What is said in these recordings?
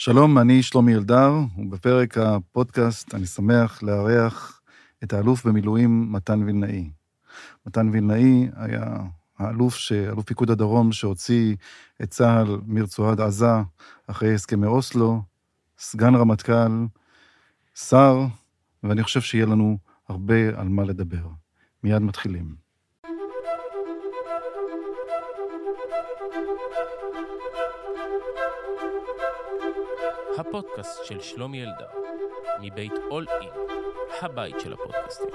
שלום, אני שלומי אלדר, ובפרק הפודקאסט אני שמח לארח את האלוף במילואים מתן וילנאי. מתן וילנאי היה אלוף פיקוד הדרום שהוציא את צה"ל מרצועת עזה אחרי הסכמי אוסלו, סגן רמטכ"ל, שר, ואני חושב שיהיה לנו הרבה על מה לדבר. מיד מתחילים. הפודקאסט של שלומי אלדר, מבית אול אין, הבית של הפודקאסטים.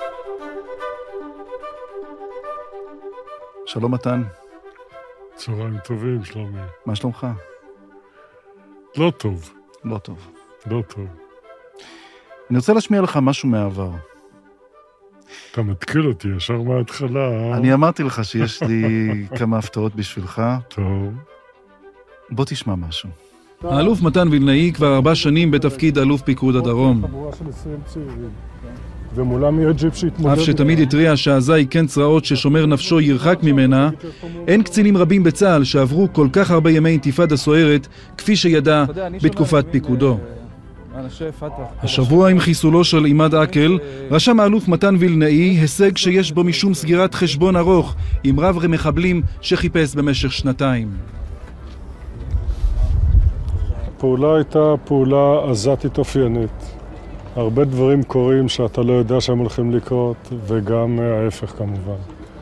שלום מתן. צהריים טובים, שלומי. מה שלומך? לא טוב. לא טוב. לא טוב. אני רוצה להשמיע לך משהו מהעבר. אתה מתקיל אותי ישר מההתחלה. אני אמרתי לך שיש לי כמה הפתעות בשבילך. טוב. בוא תשמע משהו. האלוף מתן וילנאי כבר 4 שנים בתפקיד אלוף פיקוד הדרום. אף שתמיד התריע שעזה היא כן צרעות ששומר נפשו ירחק ממנה, אין קצינים רבים בצה"ל שעברו כל כך הרבה ימי אינתיפאדה סוערת כפי שידע בתקופת פיקודו. השבוע עם חיסולו של עימאד עקל, רשם האלוף מתן וילנאי הישג שיש בו משום סגירת חשבון ארוך עם רב מחבלים שחיפש במשך 2 הפעולה הייתה פעולה עזתית אופיינית. הרבה דברים קורים שאתה לא יודע שהם הולכים לקרות, וגם ההפך כמובן.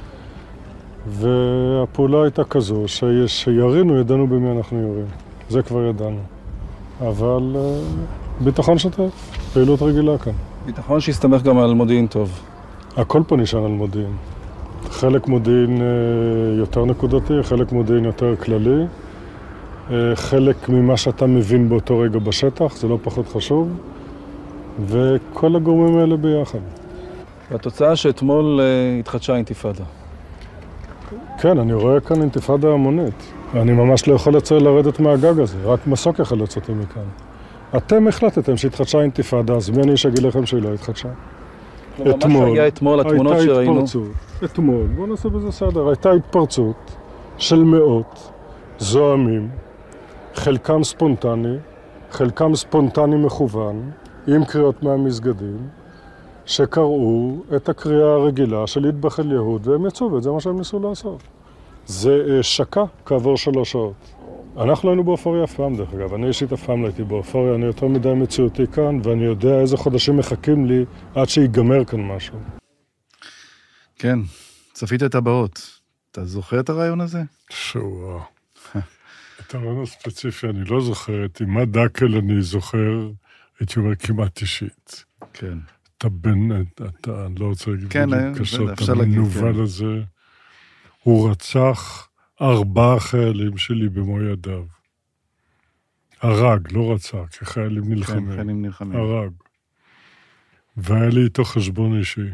והפעולה הייתה כזו שירינו ידענו במי אנחנו יורים. זה כבר ידענו. אבל ביטחון שוטף, פעילות רגילה כאן. ביטחון שהסתמך גם על מודיעין טוב. הכל פה נשען על מודיעין. חלק מודיעין יותר נקודתי, חלק מודיעין יותר כללי. חלק ממה שאתה מבין באותו רגע בשטח, זה לא פחות חשוב, וכל הגורמים האלה ביחד. והתוצאה שאתמול התחדשה אינתיפאדה. כן, אני רואה כאן אינתיפאדה המונית. אני ממש לא יכול לרדת מהגג הזה, רק מסוק יכול לצאת מכאן. אתם החלטתם שהתחדשה אינתיפאדה, אז מי אני שאגיד לכם שהיא לא התחדשה? אתמול, מה שהיה אתמול, התמונות שראינו. אתמול, בואו נעשה בזה סדר, הייתה התפרצות של מאות זועמים, חלקם ספונטני מכוון, עם קריאות מהמסגדים, שקראו את הקריאה הרגילה של יטבח אל יהוד, והם יצאו, וזה מה שהם ניסו לעשות. זה שקע כעבור 3 שעות. אנחנו היינו באופוריה אף פעם, דרך אגב. אני אישית אף פעם לא הייתי באופוריה, אני יותר מדי מציאותי כאן, ואני יודע איזה חודשים מחכים לי עד שיגמר כאן משהו. כן, צפית את הבאות. אתה זוכר את הרעיון הזה? שוואו. את הרעיון הספציפי אני לא זוכר, את עימאד עקל אני זוכר, הייתי אומר כמעט אישית. כן. אתה לא רוצה להגיד כן, קשות, אתה מנוול הזה. הוא רצח 4 חיילים שלי במו ידיו. הרג, לא רצח, כי חיילים נלחמים. כן, חיילים נלחמים. הרג. והיה לי איתו חשבון אישי.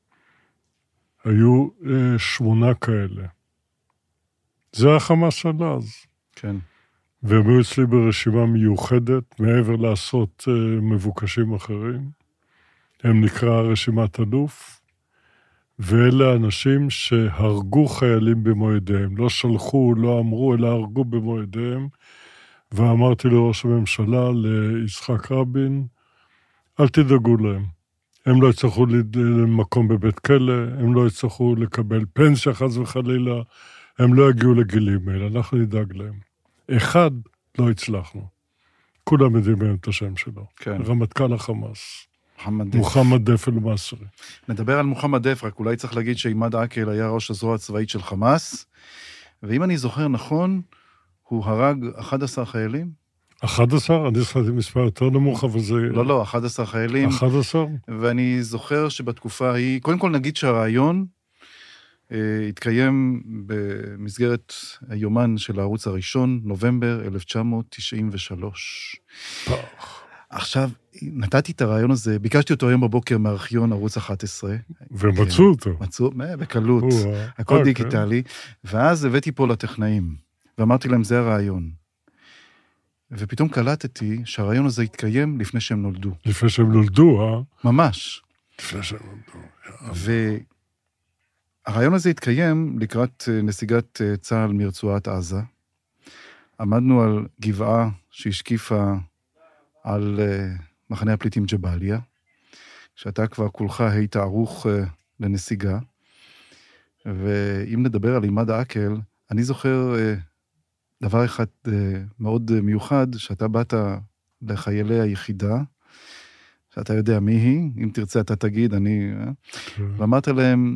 היו 8 כאלה. זה החמאס של אז. כן. והם היו אצלי ברשימה מיוחדת, מעבר לעשות מבוקשים אחרים. הם נקרא רשימת אלוף, ואלה האנשים שהרגו חיילים במועדיהם. לא שלחו, לא אמרו, אלא הרגו במועדיהם. ואמרתי לראש הממשלה, ליצחק רבין, אל תדאגו להם. הם לא יצטרכו למקום בבית כלא, הם לא יצטרכו לקבל פנסיה חס וחלילה, הם לא יגיעו לגילים האלה, אנחנו נדאג להם. אחד לא הצלחנו. כולם יודעים את השם שלו. כן. רמטכ"ל החמאס. מוחמד דף אל-מסרי. נדבר על מוחמד דף, רק אולי צריך להגיד שעימאד עקל היה ראש הזרוע הצבאית של חמאס, ואם אני זוכר נכון, הוא הרג 11 חיילים? 11? אני זכרתי מספר יותר נמוך, אבל זה... לא, 11 חיילים. 11? ואני זוכר שבתקופה ההיא, קודם כל נגיד שהרעיון התקיים במסגרת היומן של הערוץ הראשון, נובמבר 1993. עכשיו, נתתי את הרעיון הזה, ביקשתי אותו היום בבוקר מארכיון ערוץ 11. ומצאו אותו. מצאו, בקלות, הכל דיגיטלי. ואז הבאתי פה לטכנאים, ואמרתי להם, זה הרעיון. ופתאום קלטתי שהרעיון הזה התקיים לפני שהם נולדו. לפני שהם נולדו, ממש. לפני שהם נולדו. והרעיון הזה התקיים לקראת נסיגת צה"ל מרצועת עזה. עמדנו על גבעה שהשקיפה על מחנה הפליטים ג'באליה, שאתה כבר כולך היית ערוך לנסיגה, ואם נדבר על עימאד עקל, אני זוכר דבר אחד מאוד מיוחד, שאתה באת לחיילי היחידה, שאתה יודע מי היא, אם תרצה אתה תגיד, ואמרת להם,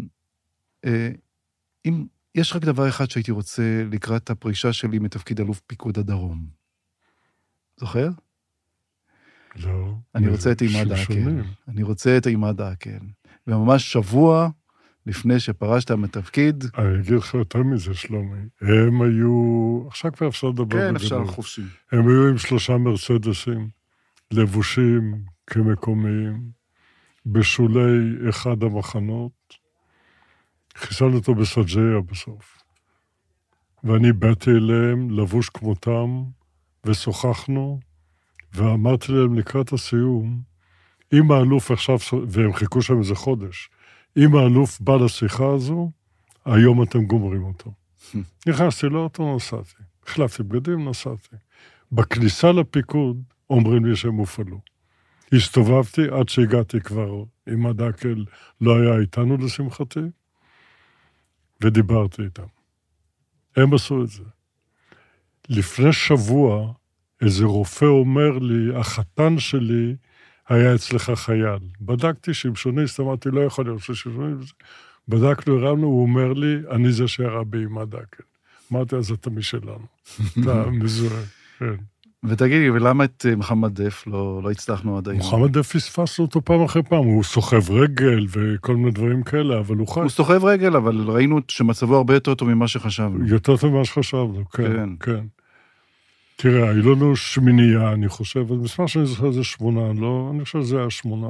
אם יש רק דבר אחד שהייתי רוצה לקראת הפרישה שלי מתפקיד אלוף פיקוד הדרום. זוכר? לא. אני רוצה את עימאד עקל. אני רוצה את עימאד עקל. וממש שבוע לפני שפרשת מתפקיד. אני אגיד לך יותר מזה, שלומי. הם היו, עכשיו כבר אפשר לדבר בגדול. כן, אפשר חופשי. הם היו עם 3 מרצדסים, לבושים כמקומיים, בשולי אחד המחנות. חיסלנו אותו בסג'יה בסוף. ואני באתי אליהם, לבוש כמותם, ושוחחנו, ואמרתי להם לקראת הסיום, אם האלוף עכשיו, והם חיכו שם איזה חודש, אם האלוף בא לשיחה הזו, היום אתם גומרים אותו. נכנסתי לאוטו, נסעתי. החלפתי בגדים, נסעתי. בכניסה לפיקוד, אומרים לי שהם הופעלו. הסתובבתי עד שהגעתי כבר, עימאד עקל לא היה איתנו לשמחתי, ודיברתי איתם. הם עשו את זה. לפני שבוע, איזה רופא אומר לי, החתן שלי היה אצלך חייל. בדקתי שמשוניסט, אמרתי, לא יכול להיות שמשוניסט. בדקנו, הרמנו, הוא אומר לי, אני זה שירה בעימאד עקל. אמרתי, אז אתה משלנו. אתה מזוהה, כן. ותגידי, ולמה את מוחמד דף לא הצלחנו עד היום? מוחמד דף פספסנו אותו פעם אחרי פעם, הוא סוחב רגל וכל מיני דברים כאלה, אבל הוא חי. הוא סוחב רגל, אבל ראינו שמצבו הרבה יותר טוב ממה שחשבנו. יותר טוב ממה שחשבנו, כן, כן. תראה, היו לנו שמינייה, אני חושב, אז מספר שאני זוכר זה 8, לא, אני חושב שזה היה 8,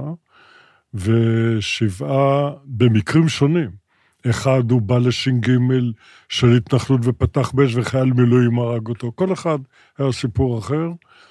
ו7 במקרים שונים. אחד הוא בא לש"ג של התנחלות ופתח באש וחייל מילואים הרג אותו. כל אחד היה סיפור אחר,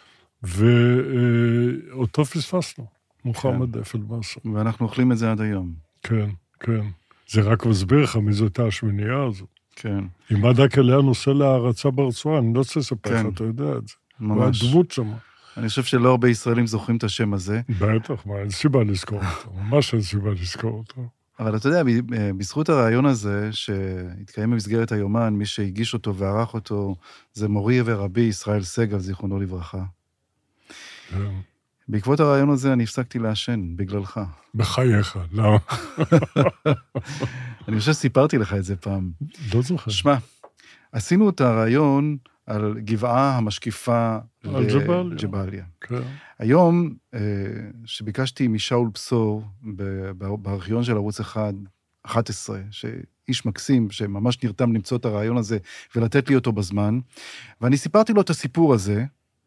ואותו פספסנו, מוחמד דף אל-באסל. ואנחנו אוכלים את זה עד היום. כן, כן. זה רק מסביר לך מי זאת השמינייה הזו. כן. עימאד עקל היה נושא להערצה ברצועה, אני לא רוצה לספר לך, אתה יודע את זה. ממש. והדמות שמה. אני חושב שלא הרבה ישראלים זוכרים את השם הזה. בטח, מה, אין סיבה לזכור אותו. ממש אין סיבה לזכור אותו. אבל אתה יודע, בזכות הרעיון הזה, שהתקיים במסגרת היומן, מי שהגיש אותו וערך אותו, זה מורי ורבי ישראל סגל, זיכרונו לברכה. כן. בעקבות הרעיון הזה, אני הפסקתי לעשן, בגללך. בחייך, למה? אני חושב שסיפרתי לך את זה פעם. לא זוכר. שמע, עשינו את הרעיון על גבעה המשקיפה לג'באליה. כן. היום, שביקשתי משאול בשור, בארכיון של ערוץ 11, שאיש מקסים, שממש נרתם למצוא את הרעיון הזה, ולתת לי אותו בזמן, ואני סיפרתי לו את הסיפור הזה,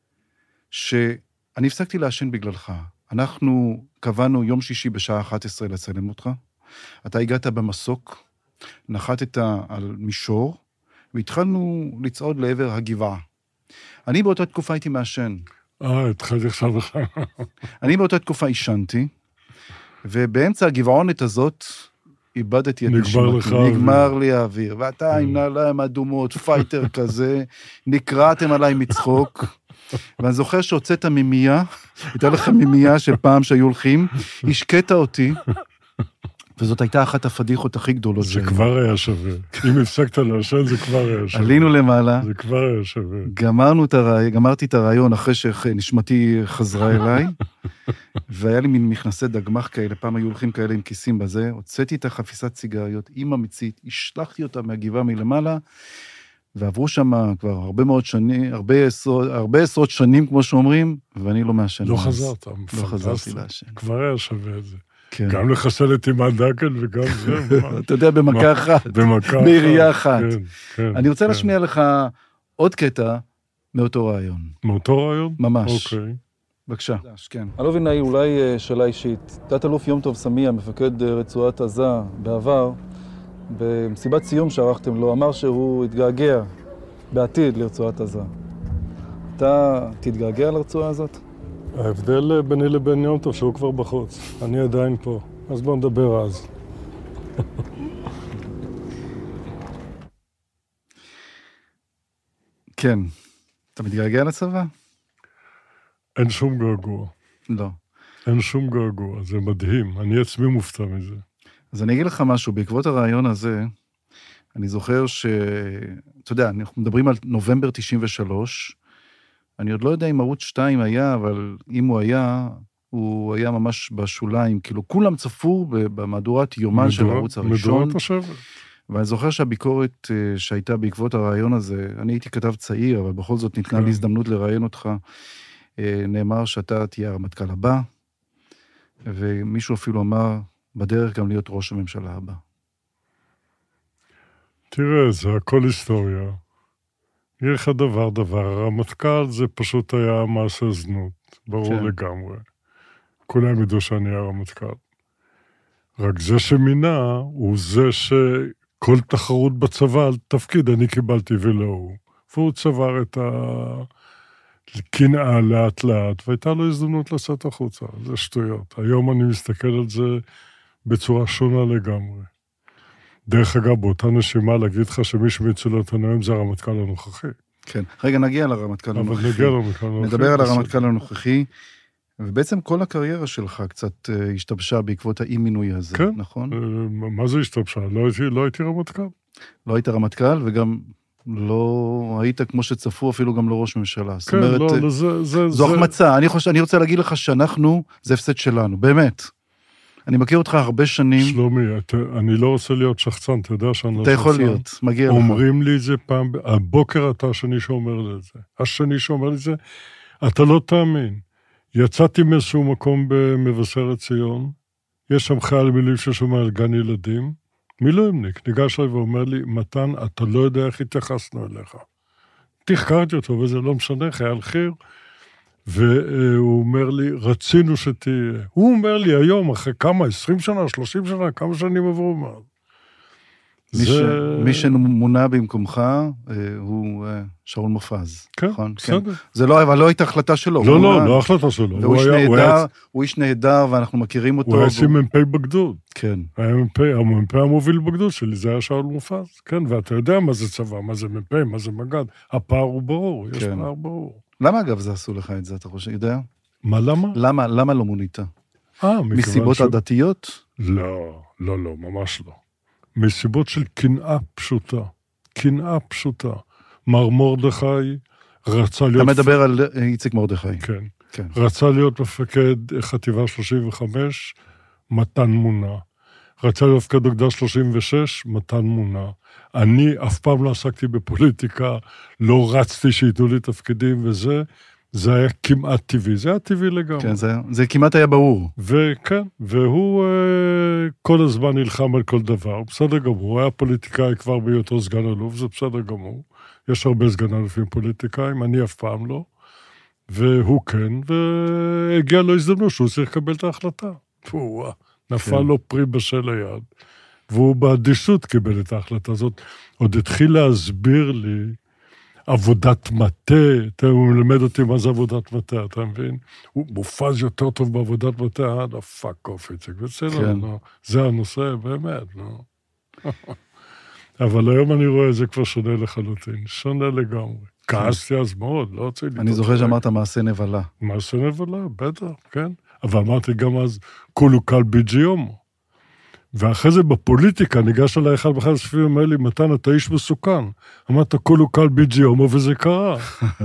שאני הפסקתי לעשן בגללך. אנחנו קבענו יום שישי בשעה 11 לצלם אותך, אתה הגעת במסוק, נחתת על מישור, והתחלנו לצעוד לעבר הגבעה. אני באותה תקופה הייתי מעשן. התחלתי עכשיו לך. אני באותה תקופה עישנתי, ובאמצע הגבעונת הזאת איבדתי את נשימתי. נגמר לי האוויר. ואתה עם נעליים אדומות, פייטר כזה, נקרעתם עליי מצחוק, ואני זוכר שהוצאת ממייה, הייתה לך ממייה של פעם שהיו הולכים, השקעת אותי, וזאת הייתה אחת הפדיחות הכי גדולות זה כבר היה שווה. אם הפסקת לעשן, זה כבר היה שווה. עלינו למעלה. זה כבר היה שווה. גמרתי את הרעיון אחרי שנשמתי חזרה אליי, והיה לי מין מכנסי דגמח כאלה, פעם היו הולכים כאלה עם כיסים בזה, הוצאתי את החפיסת סיגריות עם המצית, השלחתי אותה מהגבעה מלמעלה, ועברו שם כבר הרבה מאוד שנים, הרבה עשרות שנים, כמו שאומרים, ואני לא מעשן. לא חזרת. לא חזרתי לעשן. כבר היה שווה את זה. כן. גם לחסל את עימאד עקל וגם זה. אתה יודע, במכה אחת. בעירייה אחת. אני רוצה להשמיע לך עוד קטע מאותו רעיון. מאותו רעיון? ממש. אוקיי. בבקשה. כן. אלוף וילנאי, אולי שאלה אישית. תת-אלוף יום טוב סמיה, מפקד רצועת עזה בעבר, במסיבת סיום שערכתם לו, אמר שהוא התגעגע בעתיד לרצועת עזה. אתה תתגעגע לרצועה הזאת? ההבדל ביני לבין יום טוב שהוא כבר בחוץ. אני עדיין פה. אז בוא נדבר אז. כן. אתה מתגעגע לצבא? אין שום געגוע. לא. אין שום געגוע, זה מדהים. אני עצמי מופתע מזה. אז אני אגיד לך משהו, בעקבות הרעיון הזה, אני זוכר אתה יודע, אנחנו מדברים על נובמבר 93, אני עוד לא יודע אם ערוץ 2 היה, אבל אם הוא היה ממש בשוליים, כאילו כולם צפו במהדורת יומן של הערוץ הראשון. מדורת השבט. ואני זוכר שהביקורת שהייתה בעקבות הרעיון הזה, אני הייתי כתב צעיר, אבל בכל זאת ניתנה לי הזדמנות לראיין אותך, נאמר שאתה תהיה הרמטכ"ל הבא, ומישהו אפילו אמר, בדרך גם להיות ראש הממשלה הבא. תראה, זה הכל היסטוריה. יהיה לך דבר, הרמטכ"ל זה פשוט היה מעשה זנות, ברור כן. לגמרי. כולם ידעו שאני הרמטכ"ל. רק זה שמינה, הוא זה שכל תחרות בצבא על תפקיד אני קיבלתי ולא הוא. והוא צבר את הקנאה לאט לאט, והייתה לו הזדמנות לצאת החוצה. זה שטויות. היום אני מסתכל על זה בצורה שונה לגמרי. דרך אגב, באותה נשימה להגיד לך שמי שמצולו את הנואם זה הרמטכ"ל הנוכחי. כן, רגע נגיע לרמטכ"ל הנוכחי. אבל נגיע לרמטכ"ל הנוכחי. נדבר על הרמטכ"ל הנוכחי, ובעצם כל הקריירה שלך קצת השתבשה בעקבות האי-מינוי הזה, כן. נכון? מה זה השתבשה? לא הייתי רמטכ"ל. לא היית רמטכ"ל, וגם לא היית כמו שצפו, אפילו גם לא ראש ממשלה. כן, לא, זו החמצה. אני רוצה להגיד לך שאנחנו, זה הפסד שלנו, באמת. אני מכיר אותך הרבה שנים. שלומי, אני לא רוצה להיות שחצן, אתה יודע שאני לא שחצן. אתה יכול להיות, מגיע לך. אומרים לי את זה פעם, הבוקר אתה השני שאומר לי את זה. השני שאומר לי את זה, אתה לא תאמין. יצאתי מאיזשהו מקום במבשרת ציון, יש שם חייל מילים ששומע על גן ילדים, מילואימניק, ניגש אליי ואומר לי, מתן, אתה לא יודע איך התייחסנו אליך. תחקרתי אותו, וזה לא משנה, חייל חיר, והוא אומר לי, רצינו שתהיה. הוא אומר לי היום, אחרי כמה, 20 שנה, 30 שנה, כמה שנים עברו מאז. מי שמונה במקומך הוא שאול מופז. כן, נכון? בסדר. זה לא, אבל לא הייתה החלטה שלו. לא החלטה שלו. הוא איש נהדר, ואנחנו מכירים אותו. הוא היה מ"פ בגדוד. כן. המ"פ המוביל בגדוד שלי, זה היה שאול מופז. כן, ואתה יודע מה זה צבא, מה זה מ"פ, מה זה מג"ד. הפער הוא ברור, יש פער ברור. למה אגב זה עשו לך את זה, אתה חושב, יודע? מה, למה? למה לא מונית? מסיבות עדתיות? לא, ממש לא. מסיבות של קנאה פשוטה. מר מרדכי רצה להיות... אתה מדבר על איציק מרדכי. כן. רצה להיות מפקד חטיבה 35, מתן מונה. רצה להיות מפקד אוגדה 36, מתן מונה. אני אף פעם לא עסקתי בפוליטיקה, לא רצתי שיתנו לי תפקידים וזה, זה היה כמעט טבעי, זה היה טבעי לגמרי. כן, זה כמעט היה ברור. וכן, והוא כל הזמן נלחם על כל דבר, בסדר גמור, הוא היה פוליטיקאי כבר בהיותו סגן אלוף, זה בסדר גמור, יש הרבה סגן אלופים פוליטיקאים, אני אף פעם לא, והוא כן, והגיע לו הזדמנות שהוא צריך לקבל את ההחלטה. והוא נפל לו פרי בשל היד, והוא באדישות קיבל את ההחלטה הזאת, עוד התחיל להסביר לי, עבודת מטה, הוא מלמד אותי מה זה עבודת מטה, אתה מבין? הוא מופז יותר טוב בעבודת מטה, פאק אוף את זה, בסדר, זה הנושא, באמת, לא. אבל היום אני רואה את זה כבר שונה לחלוטין, שונה לגמרי. כעסתי אז מאוד, לא רוצה לי... אני זוכר שאמרת מעשה נבלה. מעשה נבלה, בטח, כן. אבל אמרתי גם אז, כולו קל ביג'יומו. ואחרי זה בפוליטיקה ניגש אליי אחד בכלל ספירים, אומר לי, מתן, אתה איש מסוכן. אמרת, כולו קל ביג'יומו, וזה קרה.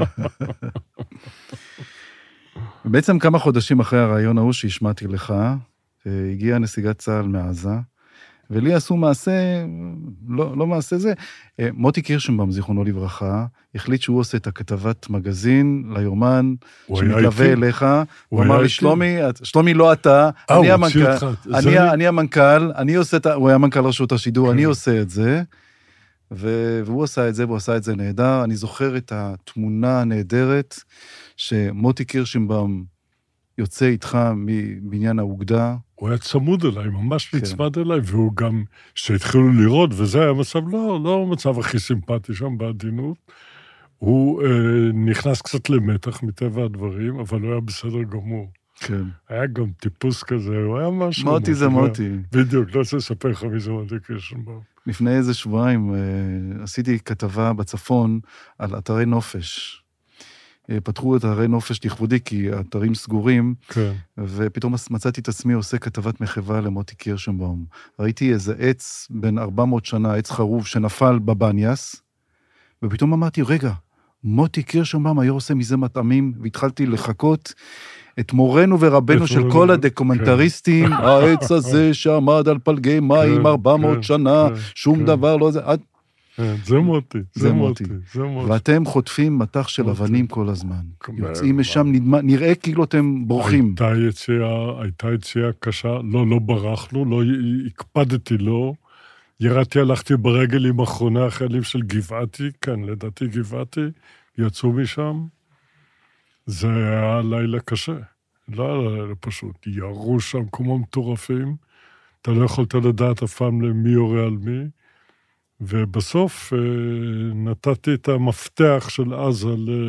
בעצם כמה חודשים אחרי הרעיון ההוא שהשמעתי לך, הגיעה נסיגת צה"ל מעזה, ולי עשו מעשה, לא מעשה זה, מוטי קירשנבאום, זיכרונו לברכה, החליט שהוא עושה את הכתבת מגזין ליומן, שמתלווה אליך, הוא אמר לי, שלומי לא אתה, אני המנכ"ל, הוא היה מנכ"ל רשות השידור, אני עושה את זה, והוא עשה את זה, והוא עשה את זה נהדר, אני זוכר את התמונה הנהדרת, שמוטי קירשנבאום יוצא איתך מבניין האוגדה, הוא היה צמוד אליי, ממש נצמד אליי, והוא גם, שהתחילו לראות, וזה היה מצב, לא מצב הכי סימפטי שם בעדינות, הוא נכנס קצת למתח מטבע הדברים, אבל הוא היה בסדר גמור. כן. היה גם טיפוס כזה, הוא היה משהו... מוטי זה מוטי. בדיוק, לא רוצה לספר לך מי זה מוטי קירשנבאום. לפני איזה שבועיים עשיתי כתבה בצפון על אתרי נופש. פתחו את הרי נופש לכבודי, כי האתרים סגורים, כן. ופתאום מצאתי את עצמי עושה כתבת מחווה למוטי קירשנבאום. ראיתי איזה עץ בין 400 שנה, עץ חרוב שנפל בבניאס, ופתאום אמרתי, רגע, מוטי קירשנבאום היה עושה מזה מטעמים, והתחלתי לחכות את מורנו ורבנו של כל הדוקומנטריסטים, העץ הזה שעמד על פלגי מים 400 שנה, שום דבר לא זה, זה מוטי, זה מוטי. ואתם חוטפים מתח של אבנים כל הזמן. יוצאים משם, נראה כאילו אתם בורחים. הייתה יציאה קשה, לא ברחנו, לא הקפדתי לו, ירדתי, הלכתי ברגל עם אחרוני החיילים של גבעתי, כן, לדעתי גבעתי, יצאו משם, זה היה לילה קשה, לא היה לילה פשוט, ירו שם כמו מטורפים, אתה לא יכולת לדעת אף פעם למי יורה על מי, ובסוף נתתי את המפתח של עזה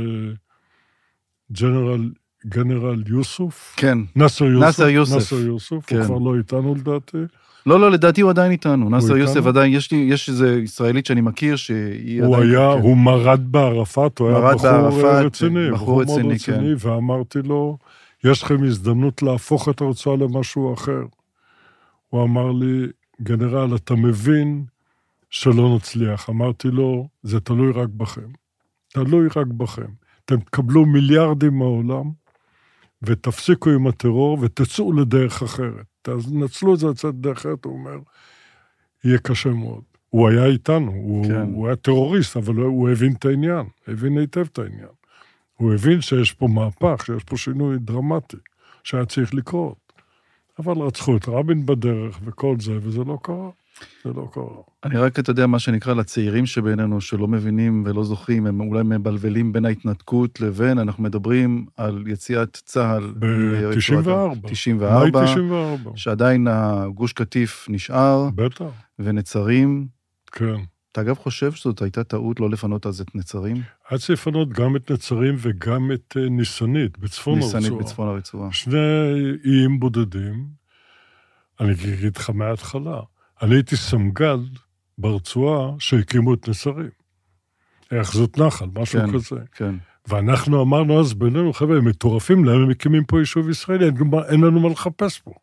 לגנרל יוסוף. כן. נאסר יוסוף. נאסר יוסוף, הוא כבר לא איתנו לדעתי. לא, לדעתי הוא עדיין איתנו. נאסר יוסף עדיין, יש איזו ישראלית שאני מכיר שהיא עדיין... הוא מרד בערפאת, הוא היה בחור רציני. בחור רציני, כן. ואמרתי לו, יש לכם הזדמנות להפוך את הרצועה למשהו אחר. הוא אמר לי, גנרל, אתה מבין שלא נצליח. אמרתי לו, זה תלוי רק בכם. תלוי רק בכם. אתם תקבלו מיליארדים מהעולם, ותפסיקו עם הטרור, ותצאו לדרך אחרת. תנצלו את זה לצאת דרך אחרת, הוא אומר, יהיה קשה מאוד. הוא היה איתנו, הוא היה טרוריסט, אבל הוא הבין את העניין, הבין היטב את העניין. הוא הבין שיש פה מהפך, שיש פה שינוי דרמטי, שהיה צריך לקרות. אבל רצחו את רבין בדרך וכל זה, וזה לא קרה. זה לא קרה. אני רק, אתה יודע, מה שנקרא לצעירים שבינינו, שלא מבינים ולא זוכרים, הם אולי מבלבלים בין ההתנתקות לבין, אנחנו מדברים על יציאת צה"ל. ב-94. 94. שעדיין הגוש קטיף נשאר. בטח. ונצרים. כן. אתה אגב חושב שזאת הייתה טעות לא לפנות אז את נצרים? היה צריך לפנות גם את נצרים וגם את ניסנית, בצפון הרצועה. ניסנית בצפון הרצועה. שני איים בודדים, אני אגיד לך מההתחלה, אני הייתי סמג"ד ברצועה שהקימו את נצרים. היאחזות נחל, משהו כזה. כן. ואנחנו אמרנו אז בינינו, חבר'ה, הם מטורפים להם, הם מקימים פה יישוב ישראלי, אין לנו מה לחפש פה.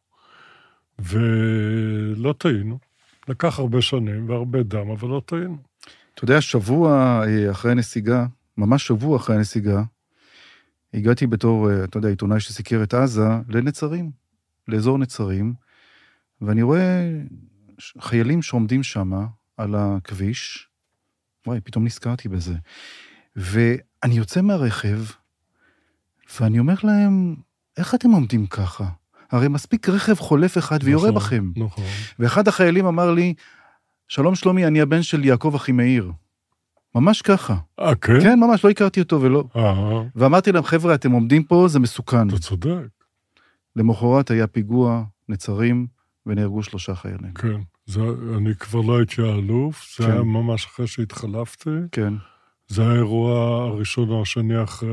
ולא טעינו. לקח הרבה שנים והרבה דם, אבל לא טעינו. אתה יודע, שבוע אחרי הנסיגה, ממש שבוע אחרי הנסיגה, הגעתי בתור, אתה יודע, עיתונאי שסיקר את עזה, לנצרים, לאזור נצרים, ואני רואה חיילים שעומדים שם על הכביש, וואי, פתאום נזכרתי בזה, ואני יוצא מהרכב, ואני אומר להם, איך אתם עומדים ככה? הרי מספיק רכב חולף אחד ויורה בכם. נכון. ואחד החיילים אמר לי, שלום שלומי, אני הבן של יעקב אחימאיר. ממש ככה. כן? כן, ממש, לא הכרתי אותו ולא. ואמרתי להם, חבר'ה, אתם עומדים פה, זה מסוכן. אתה צודק. למחרת היה פיגוע, נצרים, ונהרגו 3 חיילים. כן, אני כבר לא הייתי האלוף, זה היה ממש אחרי שהתחלפתי. כן. זה היה האירוע הראשון או השני אחרי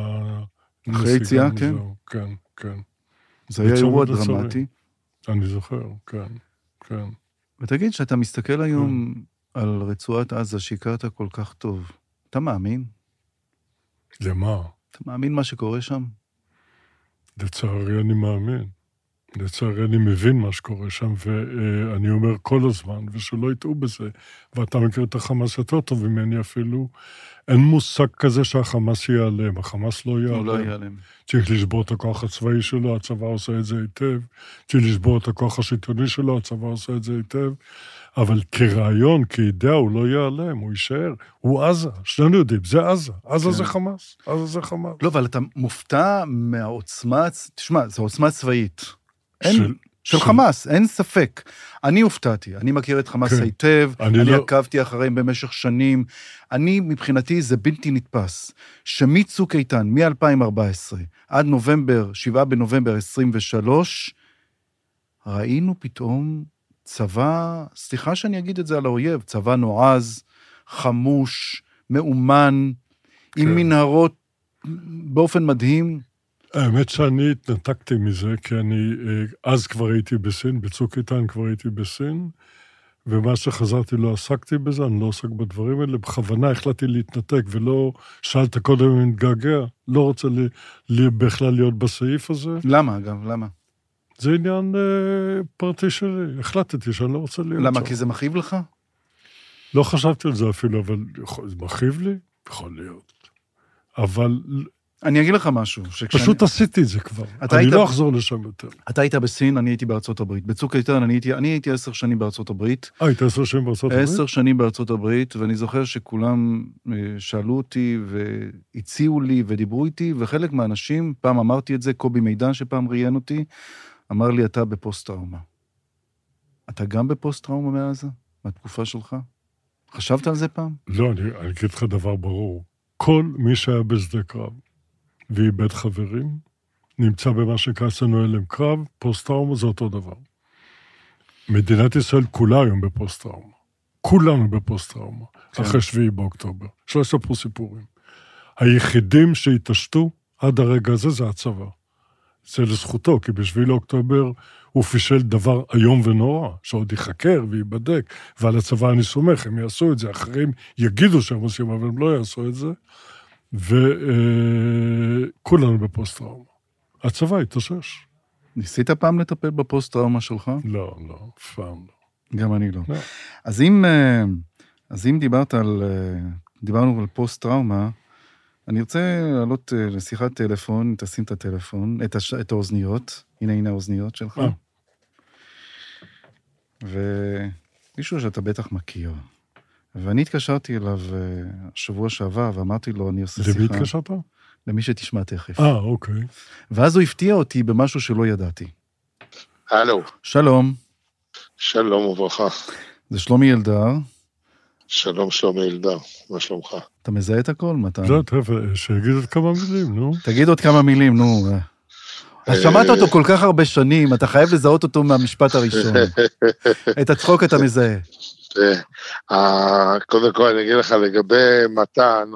יציאה, כן? כן, כן. זה היה אירוע דרמטי. אני זוכר, כן, כן. ותגיד שאתה מסתכל היום על רצועת עזה שהכרת כל כך טוב, אתה מאמין? למה? אתה מאמין מה שקורה שם? לצערי אני מאמין. לצערי אני מבין מה שקורה שם, ואני אומר כל הזמן, ושלא יטעו בזה, ואתה מכיר את החמאס יותר טוב ממני אפילו, אין מושג כזה שהחמאס ייעלם, החמאס לא ייעלם. הוא לא ייעלם. צריך לשבור את הכוח הצבאי שלו, הצבא עושה את זה היטב, צריך לשבור את הכוח השלטוני שלו, הצבא עושה את זה היטב, אבל כרעיון, כאידאה, הוא לא ייעלם, הוא יישאר, הוא עזה, שנינו יודעים, זה עזה, עזה זה חמאס, עזה זה חמאס. לא, אבל אתה מופתע מהעוצמה, תשמע, זו עוצמה צבאית. של חמאס, אין ספק. אני הופתעתי, אני מכיר את חמאס היטב, אני עקבתי אחריהם במשך שנים, אני מבחינתי זה בלתי נתפס, שמצוק איתן, מ-2014 עד נובמבר, 7 בנובמבר 23, ראינו פתאום צבא, סליחה שאני אגיד את זה על האויב, צבא נועז, חמוש, מאומן, עם מנהרות באופן מדהים. האמת שאני התנתקתי מזה, כי אני אז כבר הייתי בסין, בצוק איתן כבר הייתי בסין, ומה שחזרתי לא עסקתי בזה, אני לא עוסק בדברים האלה, בכוונה החלטתי להתנתק, ולא שאלת קודם אם נתגעגע, לא רוצה בכלל להיות בסעיף הזה. למה, אגב? למה? זה עניין פרטי שלי, החלטתי שאני לא רוצה להיות למה? שם. כי זה מכאיב לך? לא חשבתי על זה אפילו, אבל זה מכאיב לי? יכול להיות. אבל... אני אגיד לך משהו. פשוט עשיתי את זה כבר. אני לא אחזור לשם יותר. אתה היית בסין, אני הייתי בארצות הברית. בצוק איתן, אני הייתי 10 שנים בארצות הברית. היית 10 שנים בארצות הברית? 10 שנים בארצות הברית, ואני זוכר שכולם שאלו אותי והציעו לי ודיברו איתי, וחלק מהאנשים, פעם אמרתי את זה, קובי מידן שפעם ראיין אותי, אמר לי, אתה בפוסט-טראומה. אתה גם בפוסט-טראומה מאז? מהתקופה שלך? חשבת על זה פעם? לא, אני אגיד לך דבר ברור. כל מי שהיה בשדה קרב, ואיבד חברים, נמצא במה שנקרא אצלנו הלם קרב, פוסט-טראומה זה אותו דבר. מדינת ישראל כולה היום בפוסט-טראומה. כולנו בפוסט-טראומה. כן. אחרי 7 באוקטובר. שלא יספרו סיפורים. היחידים שהתעשתו עד הרגע הזה זה הצבא. זה לזכותו, כי ב7 לאוקטובר הוא פישל דבר איום ונורא, שעוד ייחקר וייבדק, ועל הצבא אני סומך, הם יעשו את זה, אחרים יגידו שהם עושים, אבל הם לא יעשו את זה, וכולנו בפוסט-טראומה. הצבא התאושש. ניסית פעם לטפל בפוסט-טראומה שלך? לא, פעם לא. גם אני לא. אז אם דיברנו על פוסט-טראומה, אני רוצה לעלות לשיחת טלפון, תשים את הטלפון, את האוזניות, הנה האוזניות שלך, ומישהו שאתה בטח מכיר. ואני התקשרתי אליו שבוע שעבר, ואמרתי לו, אני עושה שיחה. למי התקשרת? למי שתשמע תכף. אוקיי. ואז הוא הפתיע אותי במשהו שלא ידעתי. הלו. שלום. שלום וברכה. זה שלומי אלדר. שלום שלומי אלדר, מה שלומך? אתה מזהה את הכל, מתן? לא, שיגיד עוד כמה מילים, נו. תגיד עוד כמה מילים, נו. אז שמעת אותו כל כך הרבה שנים, אתה חייב לזהות אותו מהמשפט הראשון. את הצחוק אתה מזהה. קודם כל אני אגיד לך לגבי מתן,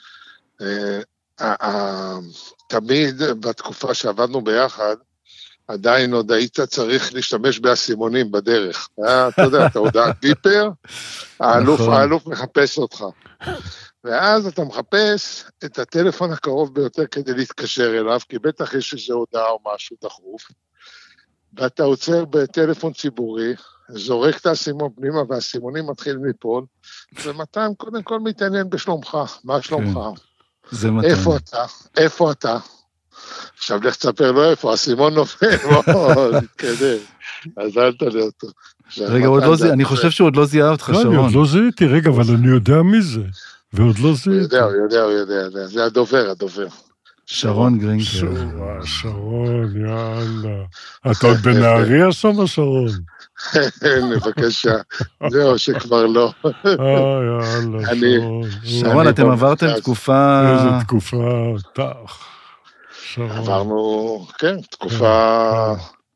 תמיד בתקופה שעבדנו ביחד, עדיין עוד היית צריך להשתמש באסימונים בדרך. אתה יודע, אתה הודעת ביפר, האלוף מחפש אותך. ואז אתה מחפש את הטלפון הקרוב ביותר כדי להתקשר אליו, כי בטח יש איזו הודעה או משהו דחוף, ואתה עוצר בטלפון ציבורי, זורק את האסימון פנימה, והאסימונים מתחילים ליפול, ומתן קודם כל מתעניין בשלומך. מה שלומך? זה מתן. איפה אתה? עכשיו לך תספר לו איפה, האסימון נופל, בואו, נתקדם. אז אל תעלה אותו. רגע, אני חושב שהוא עוד לא זיהה אותך, שרון. אני עוד לא זיהיתי, רגע, אבל אני יודע מי זה. ועוד לא זיהיתי. הוא יודע. זה הדובר. שרון גרינקר. שרון, יאללה. אתה עוד בנהריה שם, שרון? בבקשה. זהו, שכבר לא. יאללה, שרון. שרון, אתם עברתם תקופה... איזה תקופה, עברנו, כן, תקופה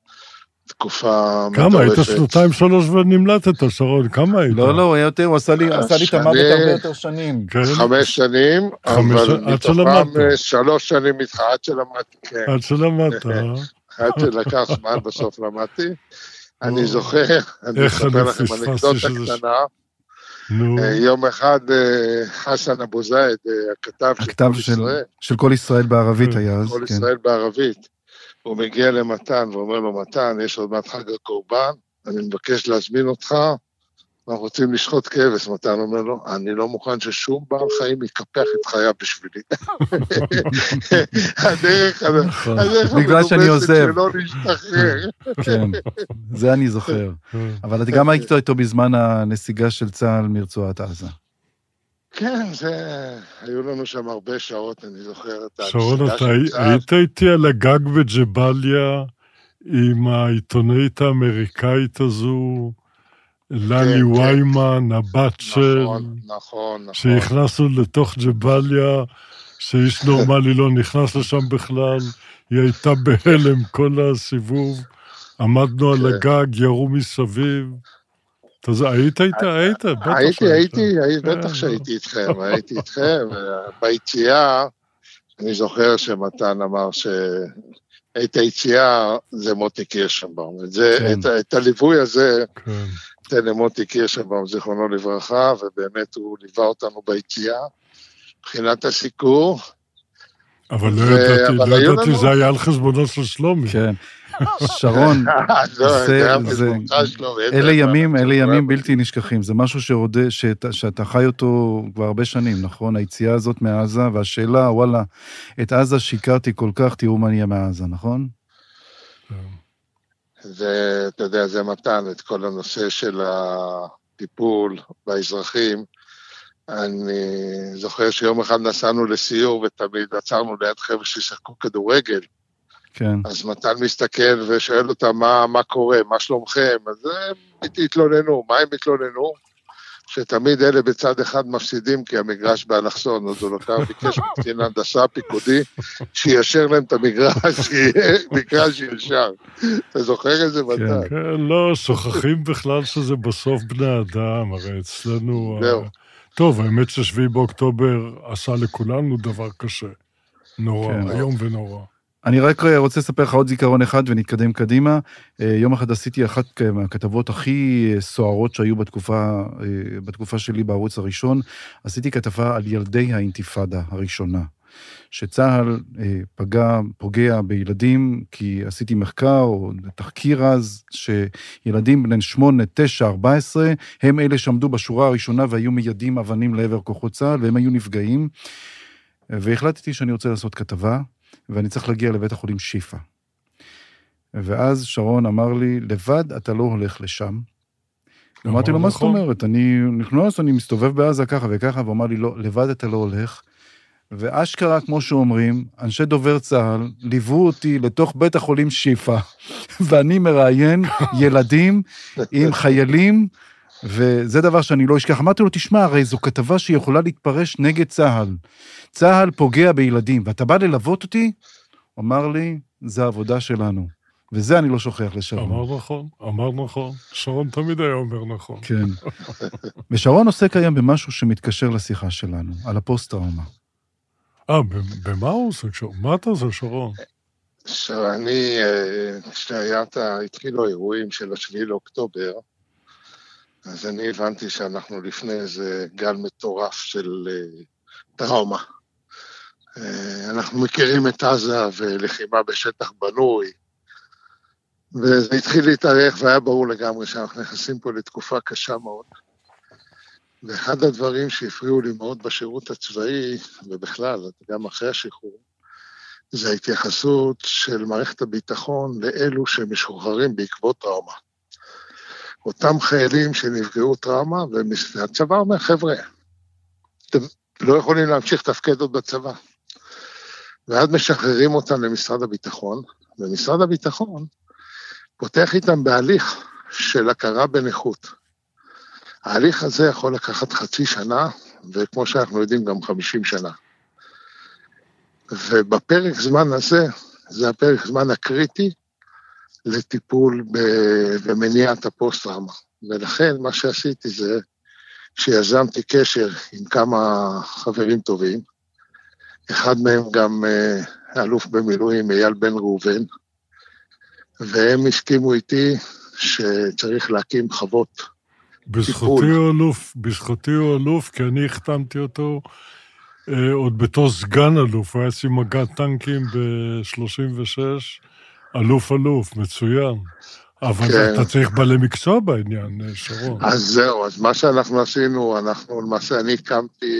כמה? היית 2-3 ונמלטת, שרון, כמה היית? לא, הוא היה יותר, הוא עשה לי את המוות הרבה יותר שנים. 5 שנים, אבל מתוכם 3 שנים איתך, עד שלמדתי, כן. עד שלמדת, עד שלקח זמן, בסוף למדתי. אני זוכר, אני אספר לכם אנקדוטה קטנה. יום אחד חסן אבו זייד, הכתב של כל ישראל בערבית היה אז. כל ישראל בערבית. הוא מגיע למתן ואומר לו, מתן, יש עוד מעט חג הקורבן, אני מבקש להזמין אותך, אנחנו רוצים לשחוט כבש. מתן אומר לו, אני לא מוכן ששום בעל חיים יקפח את חייו בשבילי. הדרך בגלל שאני עוזב. שלא להשתחרר. כן, זה אני זוכר. אבל אתה גם היית איתו בזמן הנסיגה של צה"ל מרצועת עזה. כן, היו לנו שם הרבה שעות, אני זוכר את שרון, אתה היית איתי על הגג בג'בליה עם העיתונאית האמריקאית הזו, לני ויימן, הבת של... נכון. שהכנסנו לתוך ג'בליה, שאיש נורמלי לא נכנס לשם בכלל, היא הייתה בהלם כל הסיבוב, עמדנו על הגג, ירו מסביב. הייתי, בטח שהייתי איתכם, ביציאה, אני זוכר שמתן אמר שאת היציאה זה מוטי קירשנבאום, את הליווי הזה, רב-סרן מוטי קירשנבאום, זיכרונו לברכה, ובאמת הוא ליווה אותנו ביציאה, מבחינת הסיקור. אבל לא ידעתי, זה היה על חזבונו של שלומי. כן. שרון, אלה ימים בלתי נשכחים, זה משהו שאתה חי אותו כבר הרבה שנים, נכון? היציאה הזאת מעזה, והשאלה, וואלה, את עזה שיקרתי כל כך, תראו מה נהיה מעזה, נכון? זה, אתה יודע, זה מתן את כל הנושא של הטיפול באזרחים. אני זוכר שיום אחד נסענו לסיור, ותמיד עצרנו ליד חבר'ה ששחקו כדורגל. כן. אז מתן מסתכל ושואל אותם מה קורה, מה שלומכם, אז הם התלוננו, מה הם התלוננו? שתמיד אלה בצד אחד מפסידים, כי המגרש באלכסון, אז הוא לקח ביקש מקצין הנדסה פיקודי, שישר להם את המגרש, שיהיה מגרש ישר. אתה זוכר את זה מתן? כן, לא, שוכחים בכלל שזה בסוף בני אדם, הרי אצלנו... טוב, האמת ששביעי באוקטובר עשה לכולנו דבר קשה. נורא, היום ונורא. אני רק רוצה לספר לך עוד זיכרון אחד ונתקדם קדימה. יום אחד עשיתי אחת מהכתבות הכי סוערות שהיו בתקופה שלי בערוץ הראשון. עשיתי כתבה על ילדי האינתיפאדה הראשונה. שצהל פוגע בילדים, כי עשיתי מחקר או תחקיר אז, שילדים בני 8, 9, 14, הם אלה שעמדו בשורה הראשונה והיו מיידים אבנים לעבר כוחות צהל, והם היו נפגעים. והחלטתי שאני רוצה לעשות כתבה, ואני צריך להגיע לבית החולים שיפה. ואז שרון אמר לי, לבד אתה לא הולך לשם. אמרתי לו, מה זאת אומרת? אני נכנס, אני מסתובב בעזה ככה וככה, ואמר לי, לא, לבד אתה לא הולך. ואשכרה, כמו שאומרים, אנשי דובר צהל ליוו אותי לתוך בית החולים שיפה, ואני מראיין ילדים עם חיילים, וזה דבר שאני לא אשכח. אמרתי לו, תשמע, הרי זו כתבה שיכולה להתפרש נגד צהל. צהל פוגע בילדים, ואתה בא ללוות אותי? אמר לי, זה העבודה שלנו. וזה אני לא שוכח לשרון. אמר נכון. שרון תמיד היה אומר נכון. כן. ושרון עוסק היום במשהו שמתקשר לשיחה שלנו, על הפוסט-טראומה. במה הוא עושה? מה אתה עושה, שרון? שאני, התחילו האירועים של 7 לאוקטובר, אז אני הבנתי שאנחנו לפני איזה גל מטורף של טראומה. אנחנו מכירים את עזה ולחימה בשטח בנוי, וזה התחיל להתארך והיה ברור לגמרי שאנחנו נכנסים פה לתקופה קשה מאוד. ואחד הדברים שהפריעו לי מאוד בשירות הצבאי, ובכלל, גם אחרי השחרור, זה ההתייחסות של מערכת הביטחון לאלו שמשוחררים בעקבות טראומה. אותם חיילים שנפגעו טראומה, והצבא אומר, חבר'ה, אתם לא יכולים להמשיך תפקד עוד בצבא. ואז משחררים אותם למשרד הביטחון, ומשרד הביטחון פותח איתם בהליך של הכרה בנכות. ההליך הזה יכול לקחת 0.5 שנה, וכמו שאנחנו יודעים גם 50 שנה. ובפרק זמן הזה, זה הפרק זמן הקריטי לטיפול במניעת הפוסט-טראומה. ולכן מה שעשיתי זה, שיזמתי קשר עם כמה חברים טובים, אחד מהם גם אלוף במילואים אייל בן ראובן, והם הסכימו איתי שצריך להקים חוות בזכותי הוא אלוף, כי אני החתמתי אותו עוד בתור סגן אלוף, הוא היה אצלי מג"ד טנקים ב-36, אלוף, מצוין. אבל אתה צריך בעלי מקצוע בעניין, שרון. אז זהו, אז מה שאנחנו עשינו, למעשה אני הקמתי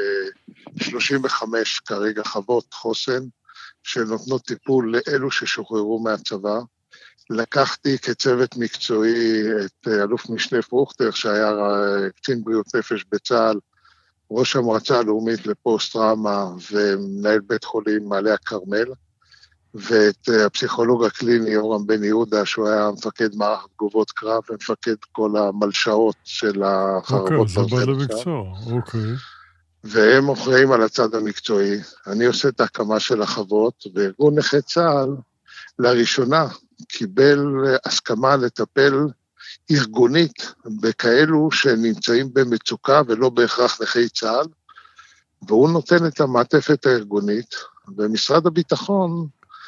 35 כרגע חוות חוסן, שנותנות טיפול לאלו ששוחררו מהצבא, לקחתי כצוות מקצועי את אלוף משנה פרוכטר, שהיה קצין בריאות נפש בצה"ל, ראש המועצה הלאומית לפוסט-טראומה ומנהל בית חולים מעלה הכרמל, ואת הפסיכולוג הקליני יורם בן יהודה, שהוא היה מפקד מערך תגובות קרב ומפקד כל המלשאות של החרבות ברזל. זה בעלי מקצוע, אוקיי. והם אחראים על הצד המקצועי. אני עושה את ההקמה של החוות, וארגון נכי צה"ל לראשונה קיבל הסכמה לטפל ארגונית בכאלו שנמצאים במצוקה ולא בהכרח נכי צה"ל, והוא נותן את המעטפת הארגונית, ומשרד הביטחון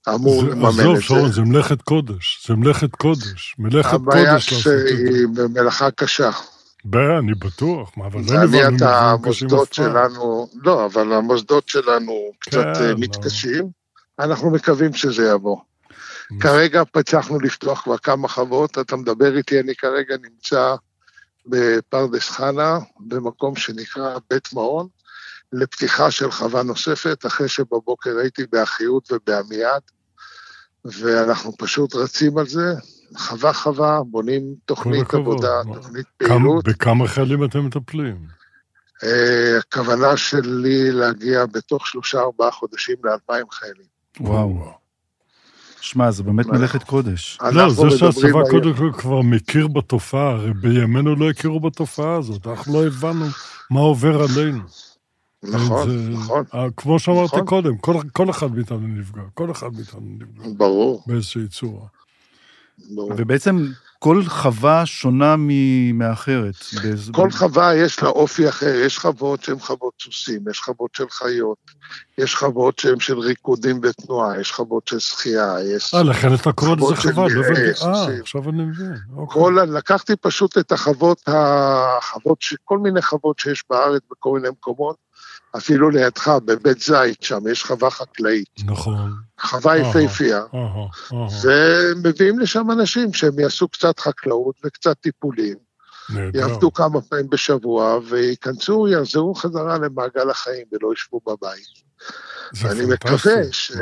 אמור לממן את זה. עזוב, שרון, זה מלאכת קודש. זה מלאכת קודש. מלאכת הבעיה קודש לעשות את זה. שהיא במלאכה קשה. אני בטוח, אבל לא אני נבנו את המוסדות שלנו, לא, אבל המוסדות שלנו קצת מתקשים. אנחנו מקווים שזה יבוא. כרגע פצחנו לפתוח כבר כמה חוות, אתה מדבר איתי, אני כרגע נמצא בפרדס חנה, במקום שנקרא בית מעון, לפתיחה של חווה נוספת, אחרי שבבוקר הייתי באחיות ובעמיעד, ואנחנו פשוט רצים על זה, חווה, בונים תוכנית עבודה, תוכנית פעילות. בכמה חיילים אתם מטפלים? הכוונה שלי להגיע בתוך 3-4 חודשים ל2,000 חיילים. וואו. שמע, זה באמת מלאכת קודש. לא, זה שהצבא קודם כל כבר מכיר בתופעה, הרי בימינו לא הכירו בתופעה הזאת, אנחנו לא הבנו מה עובר עלינו. נכון. כמו שאמרתי קודם, כל אחד מאיתנו נפגע, ברור. באיזושהי צורה. ובעצם כל חווה שונה מאחרת. כל חווה יש לה אופי אחר, יש חוות שהן חוות סוסים, יש חוות של חיות, יש חוות שהן של ריקודים ותנועה, יש חוות של שחייה, יש... לכן אתה קורא לזה חווה, לא הבנתי. עכשיו אני מבין. לקחתי פשוט את החוות, כל מיני חוות שיש בארץ בכל מיני מקומות, אפילו לידך, בבית זית שם, יש חווה חקלאית. נכון. חווה יפהפייה. ומביאים לשם אנשים שהם יעשו קצת חקלאות וקצת טיפולים. יעבדו כמה פעמים בשבוע, ויכנסו, יחזרו חזרה למעגל החיים, ולא ישבו בבית. ואני מקווה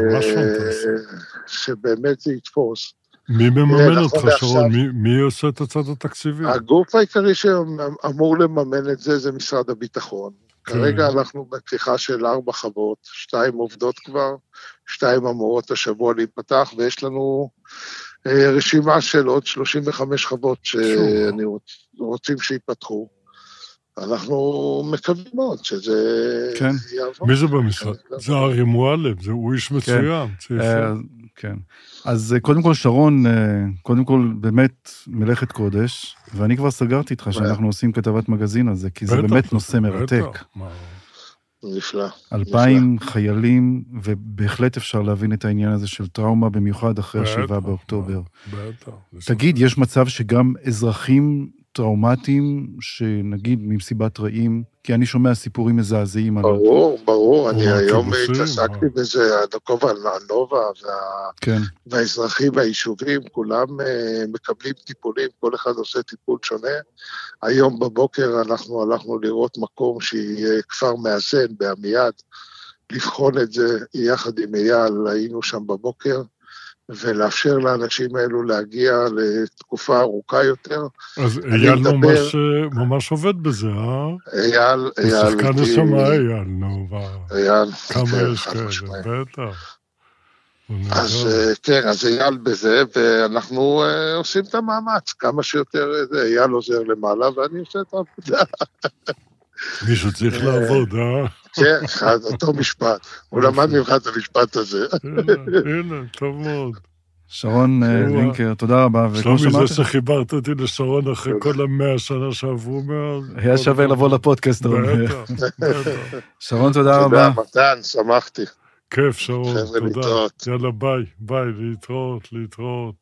שבאמת זה יתפוס. מי מממן אותך, שרון? מי עושה את הצד התקציבי? הגוף העיקרי שאמור לממן את זה, זה משרד הביטחון. כרגע אנחנו בפתיחה של 4 חוות, 2 עובדות כבר, 2 אמורות השבוע להיפתח, ויש לנו רשימה של עוד 35 חוות שאני רוצים שיפתחו. אנחנו מקווים מאוד שזה יעבור. מי זה במשרד? זה ארי מועלם, הוא איש מצוין. כן. אז קודם כל, שרון, קודם כל באמת מלאכת קודש, ואני כבר סגרתי איתך שאנחנו עושים כתבת מגזין על זה, כי זה באמת נושא מרתק. נפלא. 2,000 חיילים, ובהחלט אפשר להבין את העניין הזה של טראומה, במיוחד אחרי 7 באוקטובר. תגיד, יש מצב שגם אזרחים טראומטיים, שנגיד ממסיבת רעים, כי אני שומע סיפורים מזעזעים. ברור, אני היום התעסקתי בזה, הכובע על הנובה, והאזרחים והיישובים, כולם מקבלים טיפולים, כל אחד עושה טיפול שונה. היום בבוקר אנחנו הלכנו לראות מקום שיהיה כפר מאזן בעמיעד, לבחון את זה יחד עם אייל, היינו שם בבוקר, ולאפשר לאנשים האלו להגיע לתקופה ארוכה יותר. אז אייל ממש עובד בזה, אייל... שחקן נשמה אייל, נו, אייל, כמה יש כאלה, בטח. אז כן, אז אייל בזה, ואנחנו עושים את המאמץ, כמה שיותר, אייל עוזר למעלה, ואני עושה את העבודה. מישהו צריך לעבוד, כן, אותו משפט. הוא למד ממך את המשפט הזה. הנה, טוב מאוד. שרון לינקר, תודה רבה. שלומי, זה שחיברת אותי לשרון אחרי כל 100 שנה שעברו מאז. היה שווה לבוא לפודקאסט. שרון, תודה רבה. תודה, מתן, שמחתי. כיף, שרון, תודה. יאללה, ביי, להתראות.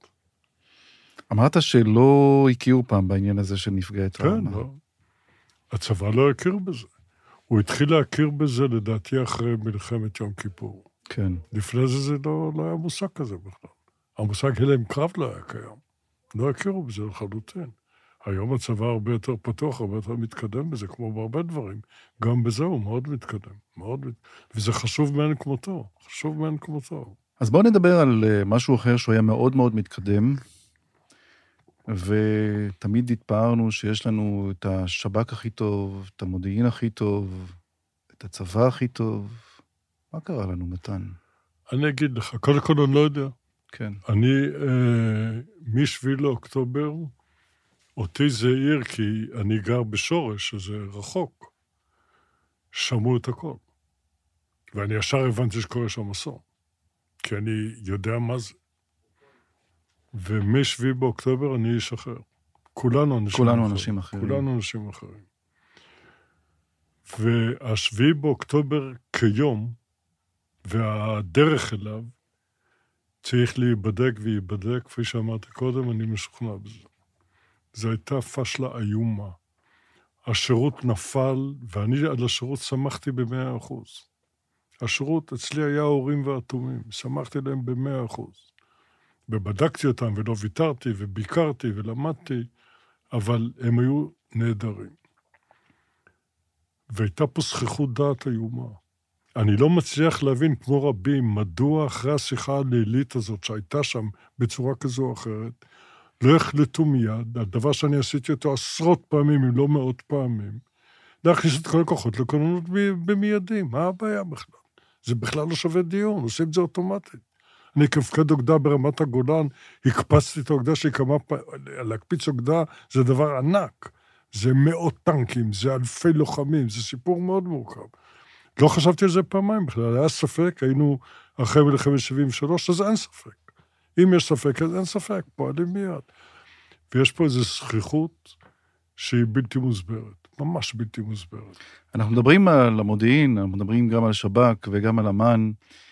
אמרת שלא הכירו פעם בעניין הזה של נפגעי טראומה. כן, לא. הצבא לא הכיר בזה. הוא התחיל להכיר בזה, לדעתי, אחרי מלחמת יום כיפור. כן. לפני זה לא היה מושג כזה בכלל. המושג הלם קרב לא היה קיים. לא הכירו בזה לחלוטין. היום הצבא הרבה יותר פתוח, הרבה יותר מתקדם בזה, כמו בהרבה דברים. גם בזה הוא מאוד מתקדם. וזה חשוב מאין כמותו. אז בואו נדבר על משהו אחר שהוא היה מאוד מאוד מתקדם, ותמיד התפארנו שיש לנו את השב"כ הכי טוב, את המודיעין הכי טוב, את הצבא הכי טוב. מה קרה לנו, מתן? אני אגיד לך, קודם כל אני לא יודע. כן. אני, מ7 לאוקטובר, אותי זה עיר, כי אני גר בשורש, שזה רחוק. שמעו את הכל. ואני ישר הבנתי שקורה שם אסון. כי אני יודע מה זה. ומ7 באוקטובר אני איש אחר. כולנו אנשים אחרים. וה7 באוקטובר כיום, והדרך אליו, צריך להיבדק וייבדק, כפי שאמרתי קודם, אני משוכנע בזה. זו הייתה פשלה איומה. השירות נפל, ואני עד השירות שמחתי ב100%. השירות אצלי היה הורים ואטומים, שמחתי להם ב100%. ובדקתי אותם ולא ויתרתי וביקרתי ולמדתי, אבל הם היו נהדרים. והייתה פה זכיחות דעת איומה. אני לא מצליח להבין, כמו רבים, מדוע אחרי השיחה הלילית הזאת שהייתה שם בצורה כזו או אחרת, לא החלטו מיד, הדבר שאני עשיתי אותו עשרות פעמים, אם לא מאות פעמים, להכניס את כל הכוחות לכוננות במיידים. מה הבעיה בכלל? זה בכלל לא שווה דיון, עושים את זה אוטומטית. אני כמפקד אוגדה ברמת הגולן, הקפצתי את האוגדה שהיא כמה פעמים, להקפיץ אוגדה זה דבר ענק. זה מאות טנקים, זה אלפי לוחמים, זה סיפור מאוד מורכב. לא חשבתי על זה פעמיים בכלל, היה ספק, היינו אחרי מלחמת 73, אז אין ספק. אם יש ספק, אז אין ספק, פועלים מיד. ויש פה איזו זכיחות שהיא בלתי מוסברת, ממש בלתי מוסברת. אנחנו מדברים על המודיעין, אנחנו מדברים גם על שב"כ וגם על אמ"ן,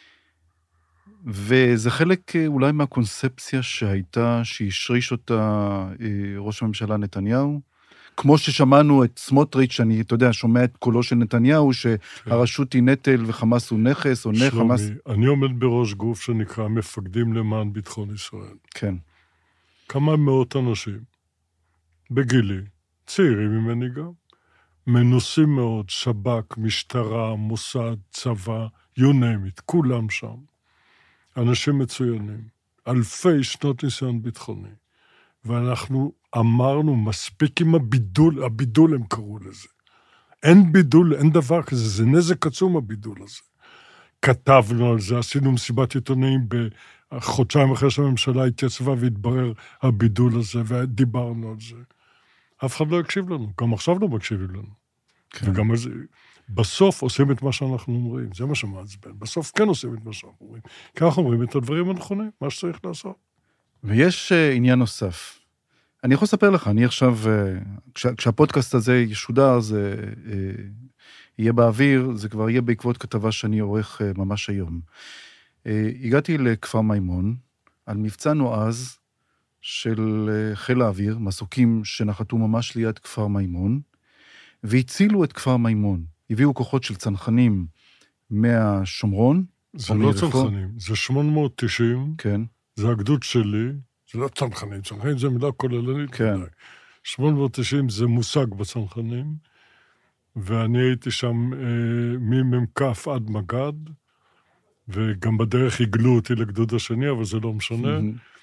וזה חלק אולי מהקונספציה שהייתה, שהשריש אותה ראש הממשלה נתניהו, כמו ששמענו את סמוטריץ', שאני, אתה יודע, שומע את קולו של נתניהו, שהרשות היא נטל וחמאס הוא נכס, או חמאס... שלומי, אני עומד בראש גוף שנקרא מפקדים למען ביטחון ישראל. כן. כמה מאות אנשים, בגילי, צעירים ממני גם, מנוסים מאוד, שב"כ, משטרה, מוסד, צבא, you name it, כולם שם. אנשים מצוינים, אלפי שנות ניסיון ביטחוני. ואנחנו אמרנו, מספיק עם הבידול, הבידול הם קראו לזה. אין בידול, אין דבר כזה, זה נזק עצום הבידול הזה. כתבנו על זה, עשינו מסיבת עיתונאים בחודשיים אחרי שהממשלה התייצבה והתברר הבידול הזה, ודיברנו על זה. אף אחד לא הקשיב לנו, גם עכשיו לא מקשיבים לנו. כן. וגם בסוף עושים את מה שאנחנו אומרים, זה מה שמעצבן. בסוף כן עושים את מה שאנחנו אומרים. כי אנחנו אומרים את הדברים הנכונים, מה שצריך לעשות. ויש עניין נוסף. אני יכול לספר לך, אני עכשיו, כשהפודקאסט הזה ישודר, זה יהיה באוויר, זה כבר יהיה בעקבות כתבה שאני עורך ממש היום. הגעתי לכפר מימון, על מבצע נועז של חיל האוויר, מסוקים שנחתו ממש ליד כפר מימון, והצילו את כפר מימון. הביאו כוחות של צנחנים מהשומרון. זה לא צנחנים, זה 890. כן. זה הגדוד שלי, זה לא צנחנים, צנחנים זה מילה כוללנית. כן. 890 זה מושג בצנחנים, ואני הייתי שם ממ"כ עד מג"ד, וגם בדרך הגלו אותי לגדוד השני, אבל זה לא משנה,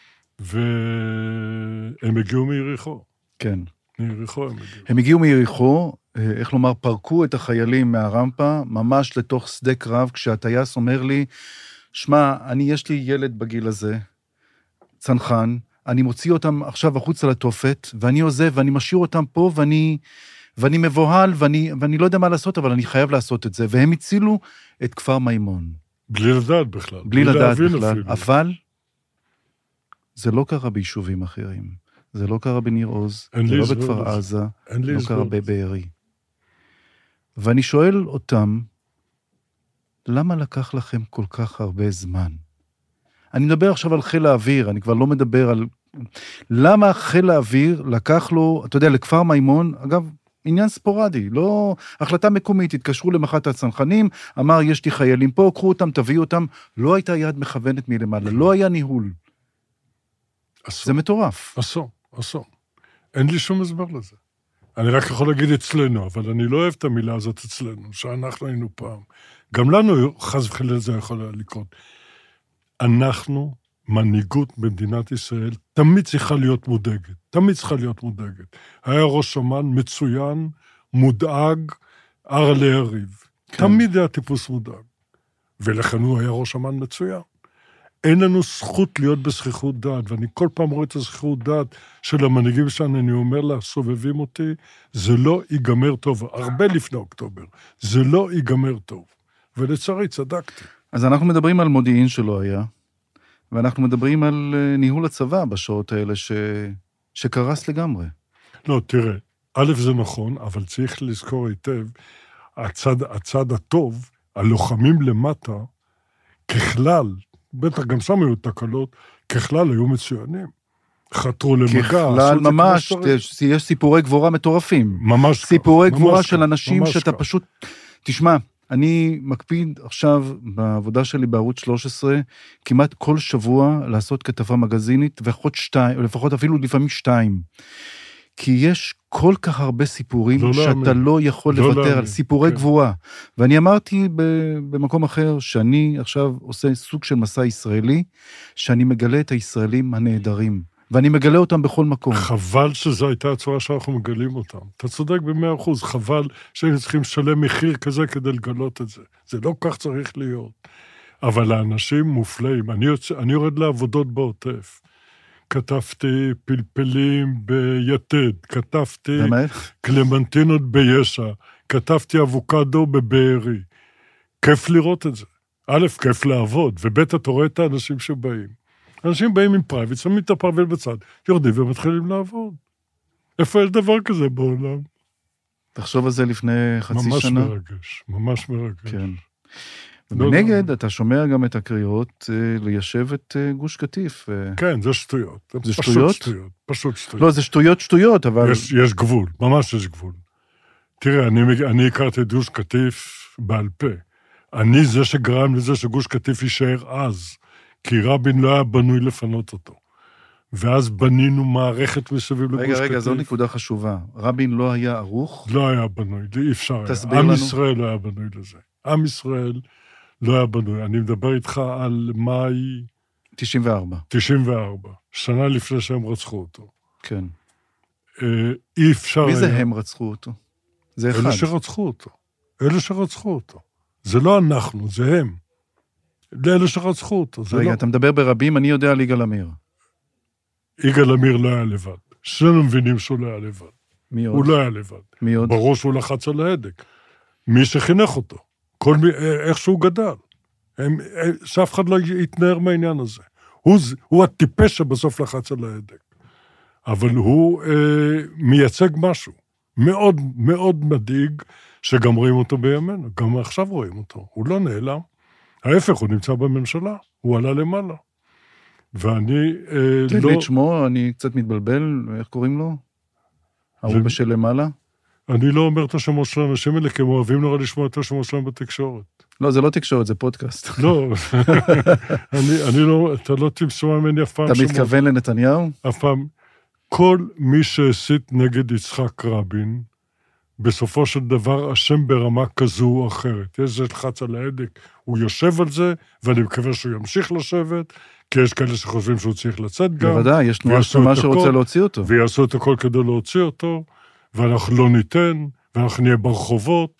והם הגיעו מיריחו. כן. מיריחו הם הגיעו. הם הגיעו מיריחו, איך לומר, פרקו את החיילים מהרמפה, ממש לתוך שדה קרב, כשהטייס אומר לי, שמע, יש לי ילד בגיל הזה, צנחן, אני מוציא אותם עכשיו החוצה לתופת, ואני עוזב, ואני משאיר אותם פה, ואני מבוהל, ואני לא יודע מה לעשות, אבל אני חייב לעשות את זה, והם הצילו את כפר מימון. בלי לדעת בכלל. בלי לדעת בכלל, אבל זה לא קרה ביישובים אחרים, זה לא קרה בניר עוז, זה לא בכפר עזה, לא קרה בבארי. ואני שואל אותם, למה לקח לכם כל כך הרבה זמן? אני מדבר עכשיו על חיל האוויר, אני כבר לא מדבר על... למה חיל האוויר לקח לו, אתה יודע, לכפר מימון, אגב, עניין ספורדי, לא... החלטה מקומית, התקשרו למח"ט הצנחנים, אמר, יש לי חיילים פה, קחו אותם, תביאו אותם, לא הייתה יד מכוונת מלמעלה, לא היה ניהול. זה מטורף. אסון. אין לי שום הסבר לזה. אני רק יכול להגיד אצלנו, אבל אני לא אוהב את המילה הזאת אצלנו, שאנחנו היינו פעם. גם לנו חס וחלילה זה יכול לקרות. אנחנו, מנהיגות במדינת ישראל, תמיד צריכה להיות מודאגת. תמיד צריכה להיות מודאגת. היה ראש אמ"ן מצוין, מודאג, ער ליריב. כן. תמיד היה טיפוס מודאג. ולכן הוא היה ראש אמ"ן מצוין. אין לנו זכות להיות בזכיחות דעת, ואני כל פעם רואה את הזכיחות דעת של המנהיגים שלנו, אני אומר לה, סובבים אותי, זה לא ייגמר טוב, הרבה לפני אוקטובר, זה לא ייגמר טוב. ולצערי, צדקתי. אז אנחנו מדברים על מודיעין שלא היה, ואנחנו מדברים על ניהול הצבא בשעות האלה שקרס לגמרי. לא, תראה, א' זה נכון, אבל צריך לזכור היטב, הצד הטוב, הלוחמים למטה, ככלל, בטח גם שם היו תקלות, ככלל היו מצוינים. חתרו למגע. ככלל ממש, יש סיפורי גבורה מטורפים. ממש סיפורי גבורה של אנשים ממש שאתה פשוט, תשמע, אני מקפיד עכשיו בעבודה שלי בערוץ 13, כמעט כל שבוע לעשות כתבה מגזינית, לפחות אפילו לפעמים 2. כי יש כל כך הרבה סיפורים שאתה לא יכול לוותר על סיפורי גבורה. ואני אמרתי במקום אחר, שאני עכשיו עושה סוג של מסע ישראלי, שאני מגלה את הישראלים הנהדרים, ואני מגלה אותם בכל מקום. חבל שזו הייתה הצורה שאנחנו מגלים אותם. אתה צודק ב100%, חבל שהיינו צריכים לשלם מחיר כזה כדי לגלות את זה. זה לא כך צריך להיות. אבל האנשים מופלאים. אני יורד לעבודות בעוטף. כתבתי פלפלים ביתד, כתבתי קלמנטינות בישע, כתבתי אבוקדו בבארי. כיף לראות את זה. א', כיף לעבוד, וב', אתה רואה את האנשים שבאים. אנשים באים עם פרייבט, שמים את הפרייבט בצד, יורדים ומתחילים לעבוד. איפה יש דבר כזה בעולם? תחשוב על זה לפני חצי ממש שנה. ממש מרגש. כן. ומנגד, אתה שומע גם את הקריאות ליישב את גוש קטיף. כן, זה שטויות. זה שטויות? פשוט שטויות. לא, זה שטויות, אבל... יש גבול, ממש יש גבול. תראה, אני הכרתי את גוש קטיף בעל פה. אני זה שגרם לזה שגוש קטיף יישאר אז, כי רבין לא היה בנוי לפנות אותו. ואז בנינו מערכת מסביב לגוש קטיף. רגע, זו נקודה חשובה. רבין לא היה ערוך? לא היה בנוי, אי אפשר. תסביר לנו. עם ישראל לא היה בנוי לזה. עם ישראל לא היה בנוי. אני מדבר איתך על מאי... 94. 94, שנה לפני שהם רצחו אותו. כן. אי אפשר... מי זה הם רצחו אותו? זה אחד. אלה שרצחו אותו. זה לא אנחנו, זה הם. לאלה שרצחו אותו. רגע, אתה מדבר ברבים, אני יודע על יגאל עמיר. יגאל עמיר לא היה לבד. שנינו מבינים שהוא לא היה לבד. מי עוד? הוא לא היה לבד. מי עוד? בראש הוא לחץ על ההדק. מי שחינך אותו. איך שהוא גדל. שאף אחד לא יתנער מהעניין הזה. הוא הטיפש שבסוף לחץ על ההדק. אבל הוא מייצג משהו. מאוד מאוד מדאיג, שגם רואים אותו בימינו. גם עכשיו רואים אותו. הוא לא נעלם. ההפך, הוא נמצא בממשלה. הוא עלה למעלה. ואני לא... תגיד לי את שמו, אני קצת מתבלבל, איך קוראים לו? ההוא בשל למעלה? אני לא אומר את השמות של האנשים האלה, כי הם אוהבים נורא לשמוע את השמות שלהם בתקשורת. לא, זה לא תקשורת, זה פודקאסט. לא, אני לא, אתה לא תשמע ממני אף פעם שמות. אתה מתכוון לנתניהו? אף פעם. כל מי שהסית נגד יצחק רבין, בסופו של דבר אשם ברמה כזו או אחרת. יש לחץ על ההדק, הוא יושב על זה, ואני מקווה שהוא ימשיך לשבת, כי יש כאלה שחושבים שהוא צריך לצאת גם. בוודאי, יש תנועה שמה שרוצה להוציא אותו. ויעשו את הכל כדי להוציא אותו, ואנחנו לא ניתן, ואנחנו נהיה ברחובות,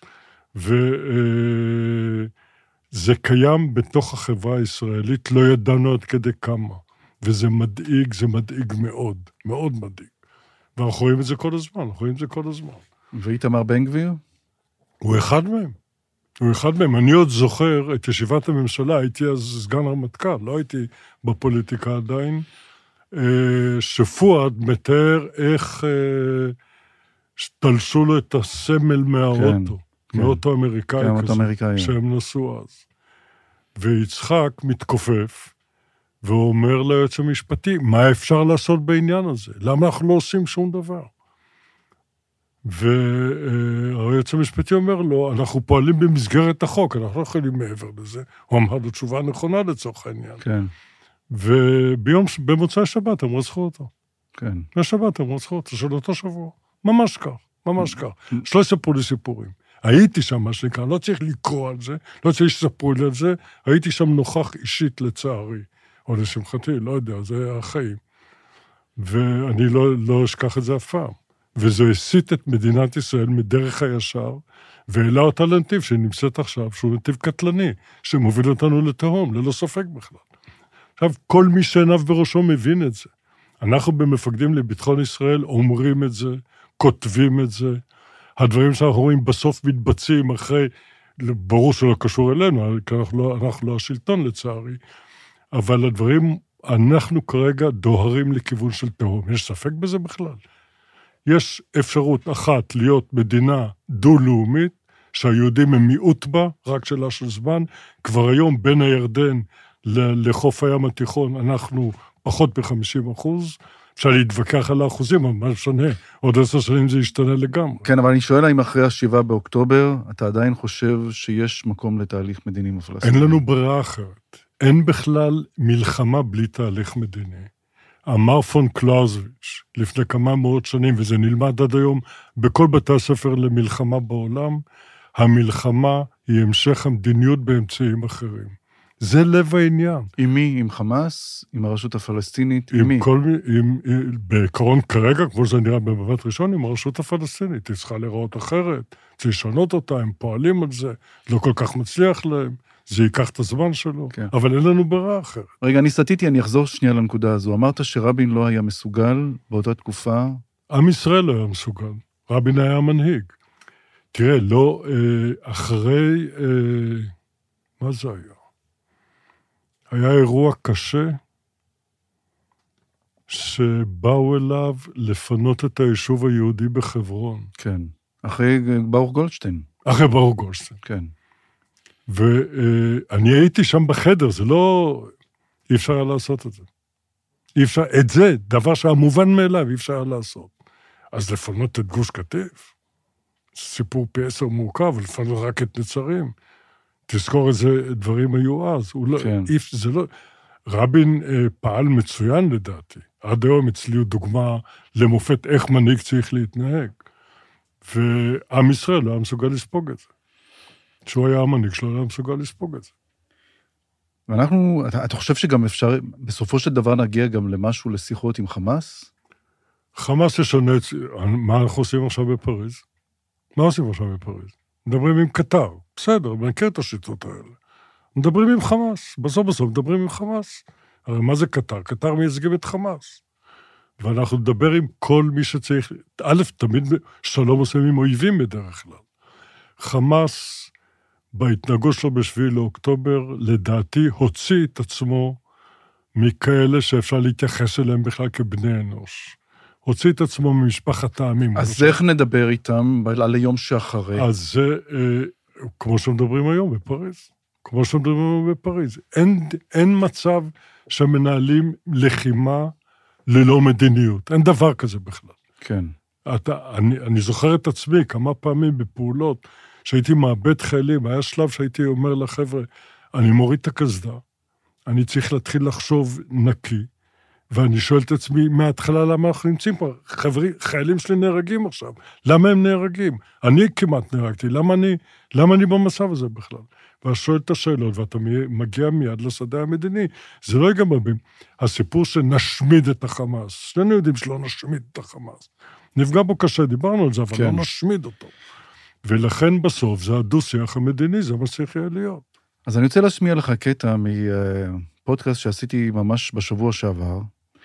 וזה קיים בתוך החברה הישראלית, לא ידענו עד כדי כמה. וזה מדאיג, זה מדאיג מאוד, מאוד מדאיג. ואנחנו רואים את זה כל הזמן, ואיתמר בן גביר? הוא אחד מהם. אני עוד זוכר את ישיבת הממשלה, הייתי אז סגן הרמטכ"ל, לא הייתי בפוליטיקה עדיין, שפואד מתאר איך תלשו לו את הסמל מהאוטו, מאוטו אמריקאי כזה, שהם נסעו אז. ויצחק מתכופף, והוא אומר ליועץ המשפטי, מה אפשר לעשות בעניין הזה? למה אנחנו לא עושים שום דבר? והיועץ המשפטי אומר לו, אנחנו פועלים במסגרת החוק, אנחנו לא יכולים מעבר לזה. הוא אמר לו תשובה נכונה לצורך העניין. כן. ובמוצאי שבת הם רצחו אותו. כן. בשבת הם רצחו אותו, של אותו שבוע. ממש כך. שלא יספרו לי סיפורים. הייתי שם, מה שנקרא, לא צריך לקרוא על זה, לא צריך לספרו לי על זה, הייתי שם נוכח אישית לצערי, או לשמחתי, לא יודע, זה החיים. ואני לא אשכח את זה אף פעם. וזה הסיט את מדינת ישראל מדרך הישר, והעלה אותה לנתיב שנמצאת עכשיו, שהוא נתיב קטלני, שמוביל אותנו לתהום, ללא ספק בכלל. עכשיו, כל מי שעיניו בראשו מבין את זה. אנחנו במפקדים לביטחון ישראל אומרים את זה, כותבים את זה, הדברים שאנחנו רואים בסוף מתבצעים אחרי, ברור שלא קשור אלינו, כי אנחנו לא השלטון לצערי, אבל הדברים, אנחנו כרגע דוהרים לכיוון של תהום. יש ספק בזה בכלל? יש אפשרות אחת להיות מדינה דו-לאומית, שהיהודים הם מיעוט בה, רק שאלה של זמן, כבר היום בין הירדן לחוף הים התיכון, אנחנו פחות ב-50%, אפשר להתווכח על האחוזים, אבל מה שונה, עוד 10 שנים זה ישתנה לגמרי. כן, אבל אני שואל האם אחרי ה7 באוקטובר, אתה עדיין חושב שיש מקום לתהליך מדיני עם הפלסטינים? אין לנו ברירה אחרת. אין בכלל מלחמה בלי תהליך מדיני. אמר פון קלאוזוויץ' לפני כמה מאות שנים, וזה נלמד עד היום בכל בתי הספר למלחמה בעולם, המלחמה היא המשך המדיניות באמצעים אחרים. זה לב העניין. עם מי? עם חמאס? עם הרשות הפלסטינית? עם מי? בעקרון כרגע, כמו שזה נראה במבט ראשון, עם הרשות הפלסטינית. היא צריכה לראות אחרת, צריך לשנות אותה, הם פועלים על זה, לא כל כך מצליח להם, זה ייקח את הזמן שלו, כן. אבל אין לנו ברירה אחרת. רגע, אני סתיתי, אני אחזור שנייה לנקודה הזו. אמרת שרבין לא היה מסוגל באותה תקופה? עם ישראל לא היה מסוגל, רבין היה המנהיג. תראה, לא, אחרי, מה זה היה? היה אירוע קשה שבאו אליו לפנות את היישוב היהודי בחברון. כן, אחרי ברוך גולדשטיין. אחרי ברוך גולדשטיין. כן. ואני הייתי שם בחדר, זה לא... אי אפשר היה לעשות את זה. אי אפשר, את זה, דבר שהיה מובן מאליו, אי אפשר היה לעשות. אז לפנות את גוש קטיף, סיפור פי 10 מורכב, לפנות רק את נצרים. תזכור איזה דברים היו אז. כן. זה לא... רבין פעל מצוין לדעתי. עד היום אצלי הוא דוגמה למופת איך מנהיג צריך להתנהג. ועם ישראל לא היה מסוגל לספוג את זה. שהוא היה המנהיג שלו, לא היה מסוגל לספוג את זה. ואנחנו, אתה חושב שגם אפשר, בסופו של דבר נגיע גם למשהו לשיחות עם חמאס? חמאס ישנה, מה אנחנו עושים עכשיו בפריז? מה עושים עכשיו בפריז? מדברים עם קטר, בסדר, אני מכיר את השיטות האלה. מדברים עם חמאס, בסוף מדברים עם חמאס. הרי מה זה קטר? קטר מייצגים את חמאס. ואנחנו נדבר עם כל מי שצריך, א', תמיד שלום עושים עם אויבים בדרך כלל. חמאס, בהתנהגות שלו ב7 לאוקטובר, לדעתי הוציא את עצמו מכאלה שאפשר להתייחס אליהם בכלל כבני אנוש. הוציא את עצמו ממשפחת העמים. אז איך נדבר איתם על היום שאחרי? אז זה, כמו שמדברים היום בפריז. כמו שמדברים היום בפריז. אין מצב שמנהלים לחימה ללא מדיניות. אין דבר כזה בכלל. כן. אני זוכר את עצמי כמה פעמים בפעולות, שהייתי מאבד חיילים, היה שלב שהייתי אומר לחבר'ה, אני מוריד את הקסדה, אני צריך להתחיל לחשוב נקי, ואני שואל את עצמי מההתחלה למה אנחנו נמצאים פה, חיילים שלי נהרגים עכשיו, למה הם נהרגים? אני כמעט נהרגתי, למה אני במצב הזה בכלל? ואז שואל את השאלות, ואתה מגיע מיד לשדה המדיני, זה לא ייגמר הסיפור שנשמיד את החמאס, שנינו יודעים שלא נשמיד את החמאס, נפגע בו קשה, דיברנו על זה, אבל לא נשמיד אותו. ולכן בסוף זה הדו-שיח המדיני, זה מה צריך להיות. אז אני רוצה להשמיע לך קטע מפודקאסט שעשיתי ממש בשבוע שעבר,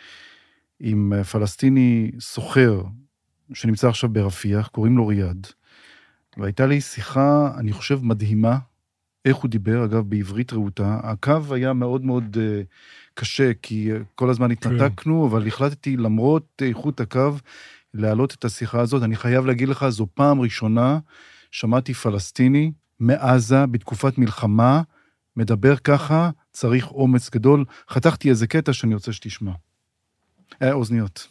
עם פלסטיני סוחר, שנמצא עכשיו ברפיח, קוראים לו ריאד, והייתה לי שיחה, אני חושב, מדהימה, איך הוא דיבר, אגב, בעברית רהוטה. הקו היה מאוד מאוד קשה, כי כל הזמן התנתקנו, אבל החלטתי, למרות איכות הקו, להעלות את השיחה הזאת. אני חייב להגיד לך, זו פעם ראשונה, שמעתי פלסטיני מעזה, בתקופת מלחמה, מדבר ככה, צריך אומץ גדול. חתכתי איזה קטע שאני רוצה שתשמע. אוזניות.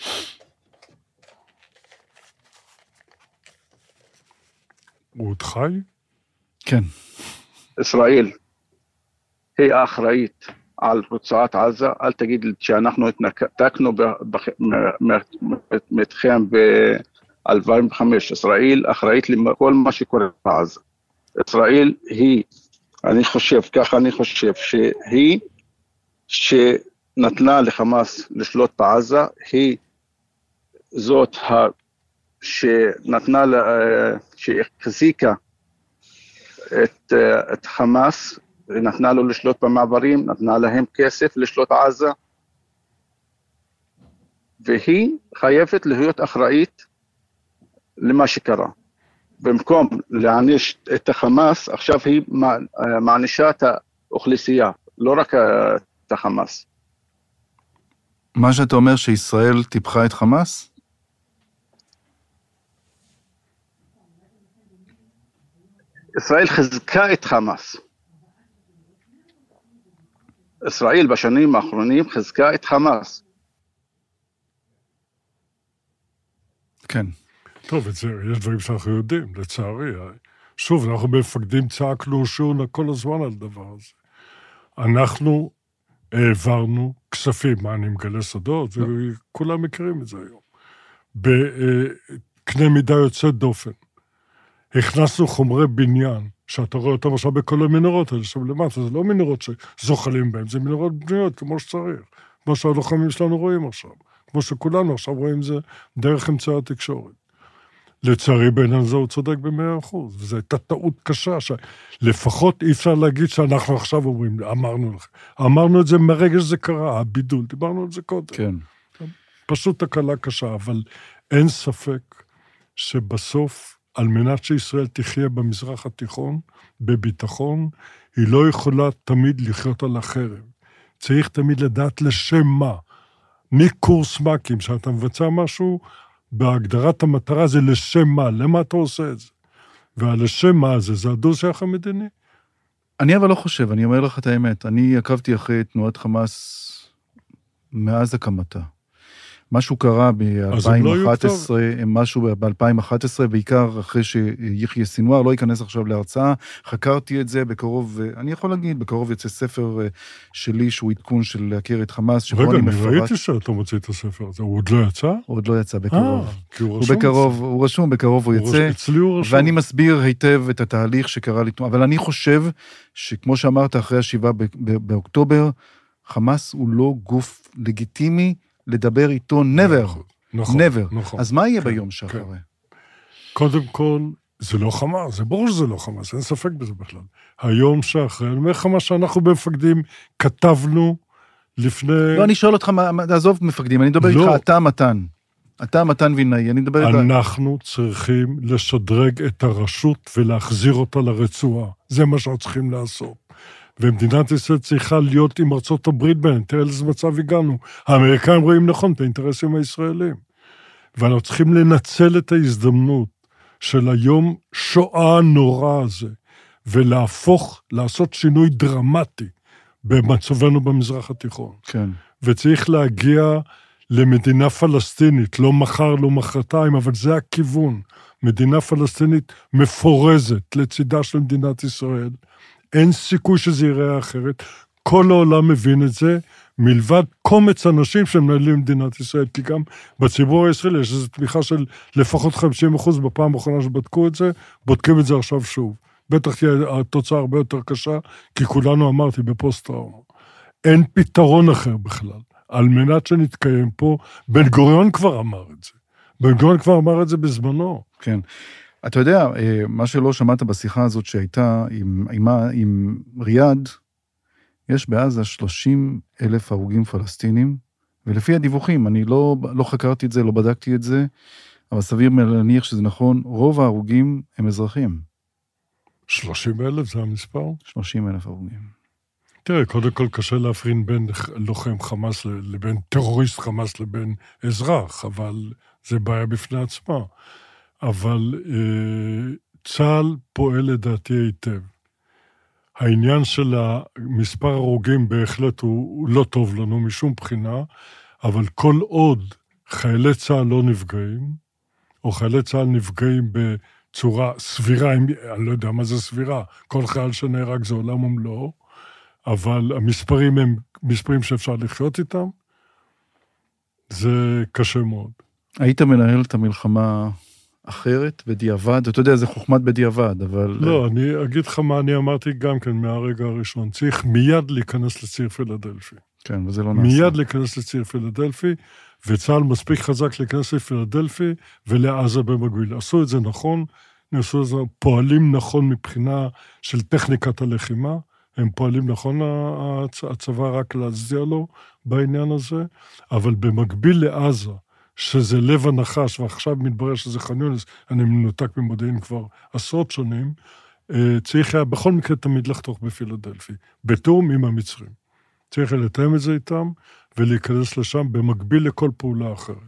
הוא עוד חי? כן. ישראל היא האחראית על רצועת עזה, אל תגיד שאנחנו התנתקנו מתכם ב-2005, ישראל אחראית לכל מה שקורה בעזה. ישראל היא, אני חושב שהיא שנתנה לחמאס לשלוט בעזה, היא זאת שנתנה, שהחזיקה את חמאס, נתנה לו לשלוט במעברים, נתנה להם כסף לשלוט עזה, והיא חייבת להיות אחראית למה שקרה. במקום להעניש את החמאס, עכשיו היא מענישה את האוכלוסייה, לא רק את החמאס. מה שאתה אומר שישראל טיפחה את חמאס? ישראל חזקה את חמאס. ישראל בשנים האחרונים חיזקה את חמאס. כן. טוב, יש דברים שאנחנו יודעים, לצערי. שוב, אנחנו במפקדים צעקנו שונה כל הזמן על דבר הזה. אנחנו העברנו כספים, מה אני מגלה סודות, וכולם מכירים את זה היום. בקנה מידה יוצא דופן. הכנסנו חומרי בניין, שאתה רואה אותם עכשיו בכל המנורות האלה, שם למטה, זה לא מנורות שזוחלים בהם, זה מנורות בנויות כמו שצריך, כמו שהלוחמים שלנו רואים עכשיו, כמו שכולנו עכשיו רואים זה דרך אמצעי התקשורת. לצערי בעניין זה הוא צודק ב100%, וזו הייתה טעות קשה, לפחות אי אפשר להגיד שאנחנו עכשיו אומרים, אמרנו את זה מרגע שזה קרה, הבידול, דיברנו על זה קודם. כן. פשוט תקלה קשה, אבל אין ספק שבסוף, על מנת שישראל תחיה במזרח התיכון, בביטחון, היא לא יכולה תמיד לחיות על החרב. צריך תמיד לדעת לשם מה. מקורס מקים, שאתה מבצע משהו, בהגדרת המטרה זה לשם מה, למה אתה עושה את זה? והלשם מה זה הדו-שיח המדיני. אני אבל לא חושב, אני אומר לך את האמת, אני עקבתי אחרי תנועת חמאס מאז הקמתה. משהו קרה ב-2011, משהו ב-2011, בעיקר אחרי שיחיא סינואר, לא ייכנס עכשיו להרצאה, חקרתי את זה בקרוב, אני יכול להגיד, בקרוב יצא ספר שלי, שהוא עדכון של להכיר את חמאס, רגע, אני ראיתי שאתה מוציא את הספר הזה, הוא עוד לא יצא? הוא עוד לא יצא, בקרוב. כי הוא רשום. הוא רשום, בקרוב הוא יצא, אצלי הוא רשום. ואני מסביר היטב את התהליך שקרה לתנועה, אבל אני חושב שכמו שאמרת, אחרי ה7 באוקטובר, חמאס הוא לא גוף לגיטימי, לדבר איתו never, נכון, never. נכון. אז מה יהיה כן, ביום שאחרי? כן. קודם כל, זה לא חמאס, זה ברור שזה לא חמאס, אין ספק בזה בכלל. היום שאחרי, אני אומר לך מה שאנחנו במפקדים כתבנו לפני... לא, אני שואל אותך, עזוב מפקדים, אני מדבר איתך, אתה מתן וילנאי, אני מדבר איתך... אנחנו צריכים לשדרג את הרשות ולהחזיר אותה לרצועה. זה מה שאנחנו צריכים לעשות. ומדינת ישראל צריכה להיות עם ארצות הברית בהן, תראה לאיזה מצב הגענו. האמריקאים רואים נכון את האינטרסים הישראלים. ואנחנו צריכים לנצל את ההזדמנות של היום שואה הנורא הזה, ולהפוך, לעשות שינוי דרמטי במצבנו במזרח התיכון. כן. וצריך להגיע למדינה פלסטינית, לא מחר, לא מחרתיים, אבל זה הכיוון. מדינה פלסטינית מפורזת לצידה של מדינת ישראל, אין סיכוי שזה ייראה אחרת. כל העולם מבין את זה, מלבד קומץ אנשים שמנהלים מדינת ישראל, כי גם בציבור הישראלי יש איזו תמיכה של לפחות 50% בפעם האחרונה שבדקו את זה, בודקים את זה עכשיו שוב. בטח תהיה התוצאה הרבה יותר קשה, כי כולנו אמרתי בפוסט-טראומה. אין פתרון אחר בכלל. על מנת שנתקיים פה, בן גוריון כבר אמר את זה. בן גוריון כבר אמר את זה בזמנו. כן. אתה יודע, מה שלא שמעת בשיחה הזאת שהייתה עם ריאד, יש בעזה 30,000 הרוגים פלסטינים, ולפי הדיווחים, אני לא חקרתי את זה, לא בדקתי את זה, אבל סביר להניח שזה נכון, רוב ההרוגים הם אזרחים. 30,000 זה המספר? 30,000 הרוגים. תראה, קודם כל קשה להפרין בין לוחם חמאס לבין טרוריסט חמאס לבין אזרח, אבל זה בעיה בפני עצמה. אבל צה"ל פועל לדעתי היטב. העניין של מספר הרוגים בהחלט הוא לא טוב לנו משום בחינה, אבל כל עוד חיילי צה"ל לא נפגעים, או חיילי צה"ל נפגעים בצורה סבירה, אני לא יודע מה זה סבירה, כל חייל שנהרג זה עולם ומלואו, אבל המספרים הם מספרים שאפשר לחיות איתם, זה קשה מאוד. היית מנהל את המלחמה אחרת, בדיעבד, אתה יודע, זה חוכמת בדיעבד, אבל... לא, אני אגיד לך מה אני אמרתי גם כן מהרגע הראשון, צריך מיד להיכנס לציר פילדלפי. כן, וזה לא נעשה. מיד להיכנס לציר פילדלפי, וצה"ל מספיק חזק להיכנס לפילדלפי ולעזה במקביל. עשו את זה נכון, עשו את זה, פועלים נכון מבחינה של טכניקת הלחימה, הם פועלים נכון, הצבא רק להצדיע לו בעניין הזה, אבל במקביל לעזה, שזה לב הנחש, ועכשיו מתברר שזה ח'אן יונס, אני מנותק ממודיעין כבר עשרות שנים, צריך היה בכל מקרה תמיד לחתוך בפילדלפי, בתאום עם המצרים. צריך לתאם את זה איתם, ולהיכנס לשם במקביל לכל פעולה אחרת.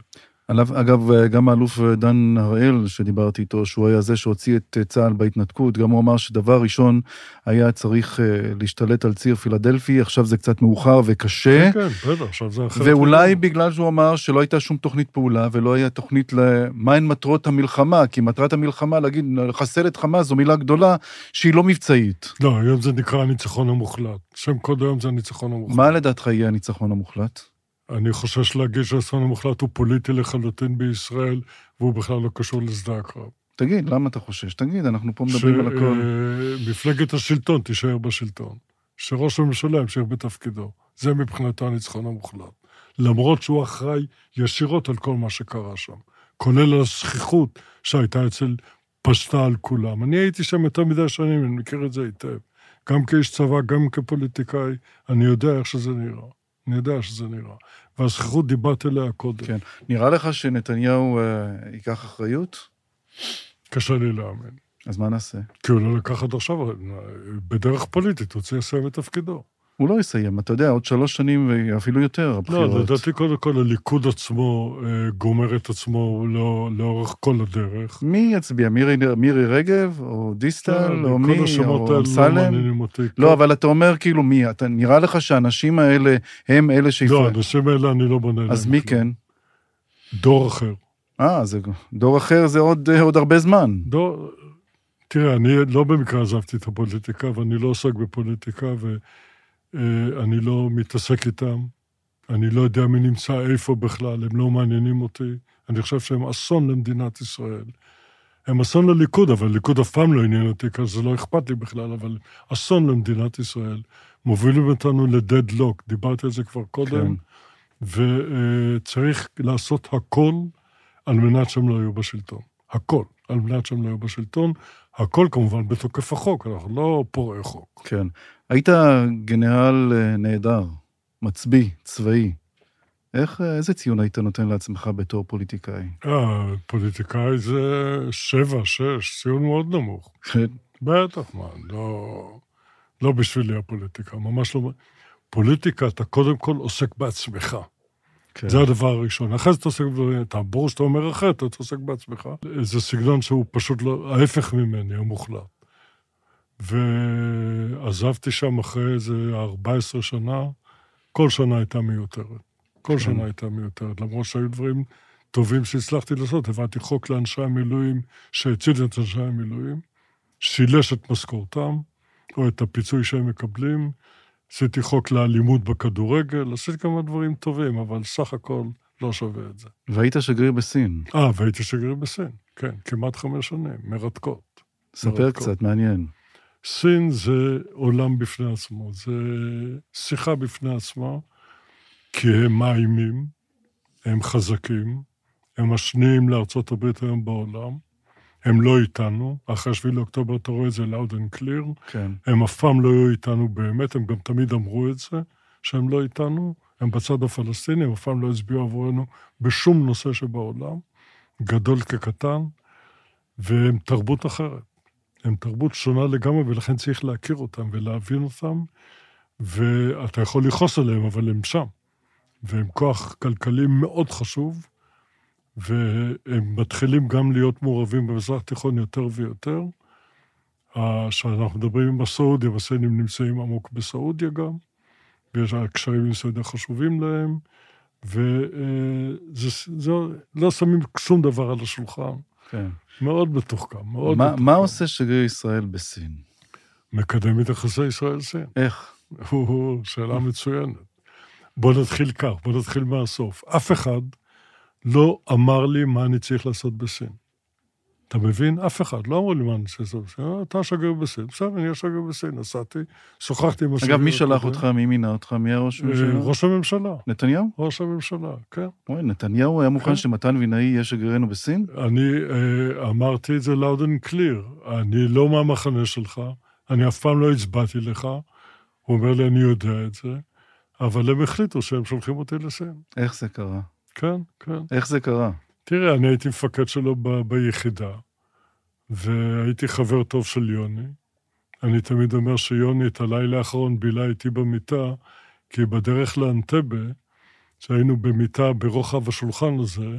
אגב, גם האלוף דן הראל, שדיברתי איתו, שהוא היה זה שהוציא את צה"ל בהתנתקות, גם הוא אמר שדבר ראשון היה צריך להשתלט על ציר פילדלפי, עכשיו זה קצת מאוחר וקשה. כן, בטח, עכשיו זה אחרת. ואולי בגלל שהוא אמר שלא הייתה שום תוכנית פעולה, ולא היה תוכנית מהן מטרות המלחמה, כי מטרת המלחמה, להגיד, לחסל את חמאס, זו מילה גדולה שהיא לא מבצעית. לא, היום זה נקרא הניצחון המוחלט. שם קוד היום זה הניצחון המוחלט. מה לדעתך יהיה הניצחון המוחלט? אני חושש להגיד שהניצחון המוחלט הוא פוליטי לחלוטין בישראל, והוא בכלל לא קשור לשדה הקרב. תגיד, למה אתה חושש? תגיד, אנחנו פה מדברים על הכל. מפלגת השלטון תישאר בשלטון. שראש הממשלה ימשיך בתפקידו. זה מבחינתו הניצחון המוחלט. למרות שהוא אחראי ישירות על כל מה שקרה שם. כולל על השכיחות שהייתה פשטה על כולם. אני הייתי שם יותר מדי שנים, אני מכיר את זה היטב. גם כאיש צבא, גם כפוליטיקאי, אני יודע איך שזה נראה. אני יודע שזה נראה. והשכיחות דיברת אליה קודם. כן. נראה לך שנתניהו ייקח אחריות? קשה לי להאמין. אז מה נעשה? כי הוא לא לקח עד עכשיו, בדרך פוליטית, הוא צריך לסיים את תפקידו. הוא לא יסיים, אתה יודע, עוד 3 שנים ואפילו יותר, הבחירות. לא, לדעתי קודם כל, הליכוד עצמו גומר את עצמו לאורך כל הדרך. מי יצביע? מירי רגב, או דיסטל, או מי, או אמסלם? לא, אבל אתה אומר כאילו מי, נראה לך שהאנשים האלה הם אלה לא, האנשים האלה אני לא בונה להם. אז מי כן? דור אחר. דור אחר זה עוד הרבה זמן. תראה, אני לא במקרה עזבתי את הפוליטיקה, ואני לא עוסק בפוליטיקה, ואני לא מתעסק איתם. אני לא יודע מי נמצא איפה בכלל, הם לא מעניינים אותי. אני חושב שהם אסון למדינת ישראל. הם אסון לליכוד, אבל ליכוד אף פעם לא עניין אותי, כי זה לא אכפת לי בכלל, אבל אסון למדינת ישראל. מובילים אותנו לדדלוק, דיברתי על זה כבר קודם, וצריך לעשות הכל על מנת שהם לא יהיו בשלטון. הכל, על מנת שהם לא יהיו בשלטון. הכל כמובן בתוקף החוק, אנחנו לא פורעי חוק. כן. היית גנרל נהדר, מצביא, צבאי. איזה ציון היית נותן לעצמך בתור פוליטיקאי? פוליטיקאי זה 7, 6, ציון מאוד נמוך. כן. בטח, לא בשבילי הפוליטיקה, ממש לא. פוליטיקה, אתה קודם כל עוסק בעצמך. כן. זה הדבר הראשון. אחרי זה אתה עוסק, אתה ברור שאתה אומר אחרת, אתה עוסק בעצמך. זה סגנון שהוא פשוט לא, ההפך ממני, המוחלט. ועזבתי שם אחרי איזה 14 שנה, כל שנה הייתה מיותרת. כל שנה הייתה מיותרת, למרות שהיו דברים טובים שהצלחתי לעשות. הבאתי חוק לאנשי המילואים, שהציל את אנשי המילואים, שילש את משכורתם, או את הפיצוי שהם מקבלים, עשיתי חוק לאלימות בכדורגל, עשיתי כמה דברים טובים, אבל סך הכל לא שווה את זה. והיית שגריר בסין. והייתי שגריר בסין, כן, כמעט 5 שנים, מרתקות. ספר קצת, מעניין. סין זה עולם בפני עצמו, זה שיחה בפני עצמה, כי הם מאיימים, הם חזקים, הם השניים לארצות הברית היום בעולם, הם לא איתנו, אחרי 7 לאוקטובר אתה רואה את זה loud and clear, כן. הם אף פעם לא היו איתנו באמת, הם גם תמיד אמרו את זה, שהם לא איתנו, הם בצד הפלסטיני, הם אף פעם לא הצביעו עבורנו בשום נושא שבעולם, גדול כקטן, והם תרבות אחרת. הם תרבות שונה לגמרי, ולכן צריך להכיר אותם ולהבין אותם, ואתה יכול לכעוס עליהם, אבל הם שם. והם כוח כלכלי מאוד חשוב, והם מתחילים גם להיות מעורבים במזרח תיכון יותר ויותר. כשאנחנו מדברים עם הסעודיה, הסינים נמצאים עמוק בסעודיה גם, ויש הקשרים עם סעודיה חשובים להם, ולא שמים שום דבר על השולחן. כן. מאוד מתוחכם, מאוד מתוחכם. מה עושה שגריר ישראל בסין? מקדם את יחסי ישראל-סין. איך? שאלה מצוינת. בוא נתחיל כך, בוא נתחיל מהסוף. אף אחד לא אמר לי מה אני צריך לעשות בסין. אתה מבין? אף אחד לא אמר לי מה אני צריך לעשות בסין. אתה שגריר בסין. בסדר, אני השגריר בסין. נסעתי, שוחחתי עם השגריר. אגב, מי שלח אותך, מי מינה אותך? מי הראש הממשלה? ראש הממשלה. נתניהו? ראש הממשלה, כן. נתניהו היה מוכן שמתן וילנאי יהיה שגרירנו בסין? אני אמרתי את זה loud and clear. אני לא מהמחנה שלך, אני אף פעם לא הצבעתי לך. הוא אומר לי, אני יודע את זה, אבל הם החליטו שהם שולחים אותי לסין. איך זה קרה? כן, כן. איך זה קרה? תראה, אני הייתי מפקד שלו ביחידה, והייתי חבר טוב של יוני. אני תמיד אומר שיוני את הלילה האחרון בילה איתי במיטה, כי בדרך לאנטבה, שהיינו במיטה ברוחב השולחן הזה,